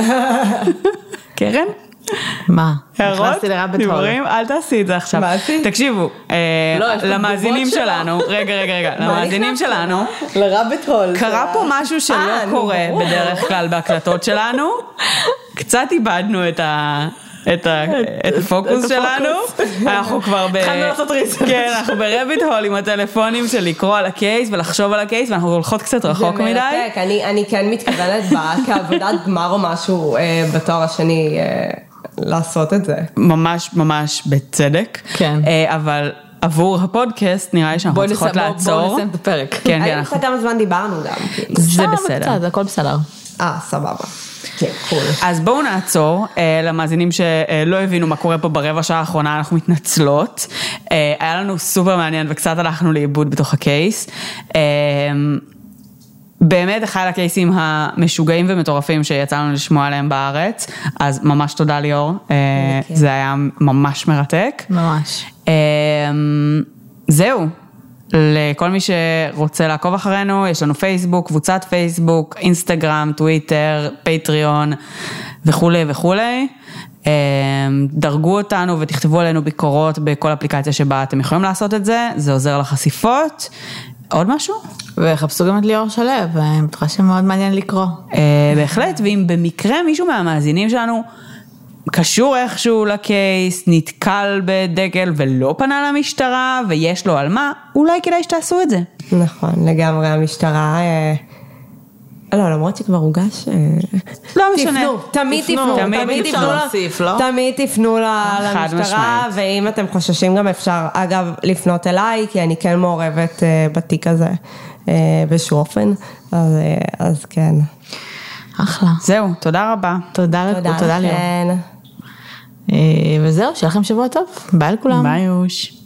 B: קרן?
A: מה?
B: הערות?
A: נכנסתי לרבת הול.
B: דיבורים? אל תעשי את זה עכשיו.
C: מה עשית?
B: תקשיבו, למאזינים שלנו, רגע, למאזינים שלנו,
A: לרבת הול.
B: קרה פה משהו שלא קורה בדרך כלל בהקלטות שלנו, קצת איבדנו את הפוקוס שלנו, אנחנו כבר
A: התחלנו לעשות ריסרצ'.
B: כן, אנחנו ברביט הול עם הטלפונים של לקרוא על הקייס ולחשוב על הקייס, ואנחנו הולכות קצת רחוק מדי.
C: זה מרתק, אני כן מתכוונת בה כעבודת גמר או משהו בתואר השני לעשות את זה.
B: ממש בצדק.
A: כן.
B: אבל עבור הפודקאסט נראה לי שאנחנו צריכות לעצור.
A: בואו נסיים את הפרק.
B: כן,
C: אני חושבת כמה זמן דיברנו גם.
B: זה בסדר.
A: זה הכל בסדר.
C: סבבה. כן, קול.
B: אז בואו נעצור, למאזינים שלא הבינו מה קורה פה ברבע שעה האחרונה, אנחנו מתנצלות. היה לנו סופר מעניין וקצת הלכנו לאיבוד בתוך הקייס. באמת אחד הקייסים המשוגעים ומטורפים שיצא לנו לשמוע עליהם בארץ, אז ממש תודה ליאור, זה היה ממש מרתק.
A: ממש.
B: זהו. לכל מי שרוצה לעקוב אחרינו, יש לנו פייסבוק, קבוצת פייסבוק, אינסטגרם, טוויטר, פטריון וכו' וכו'. דרגו אותנו ותכתבו עלינו ביקורות בכל אפליקציה שבה אתם יכולים לעשות את זה, זה עוזר לחשיפות. עוד משהו?
A: וחפשו גם את ליאור שלו, ואני בטוחה שמאוד מעניין לקרוא.
B: בהחלט, ואם במקרה מישהו מהמאזינים שלנו קשור איכשהו לקייס, נתקל בדגל ולא פנה למשטרה, ויש לו על מה, אולי כדאי שתעשו את זה.
C: נכון, לגמרי המשטרה, לא, למרות שכבר הוגש,
B: לא משנה.
C: תמיד תפנו, תמיד תפנו למשטרה, ואם אתם חוששים גם אפשר, אגב, לפנות אליי, כי אני כן מעורבת בתיק הזה, בשום אופן, אז כן.
A: אחלה.
B: זהו, תודה רבה.
A: תודה ליאור. וזהו, שיהיה לכם שבוע טוב. ביי לכולם.
B: ביי יוש.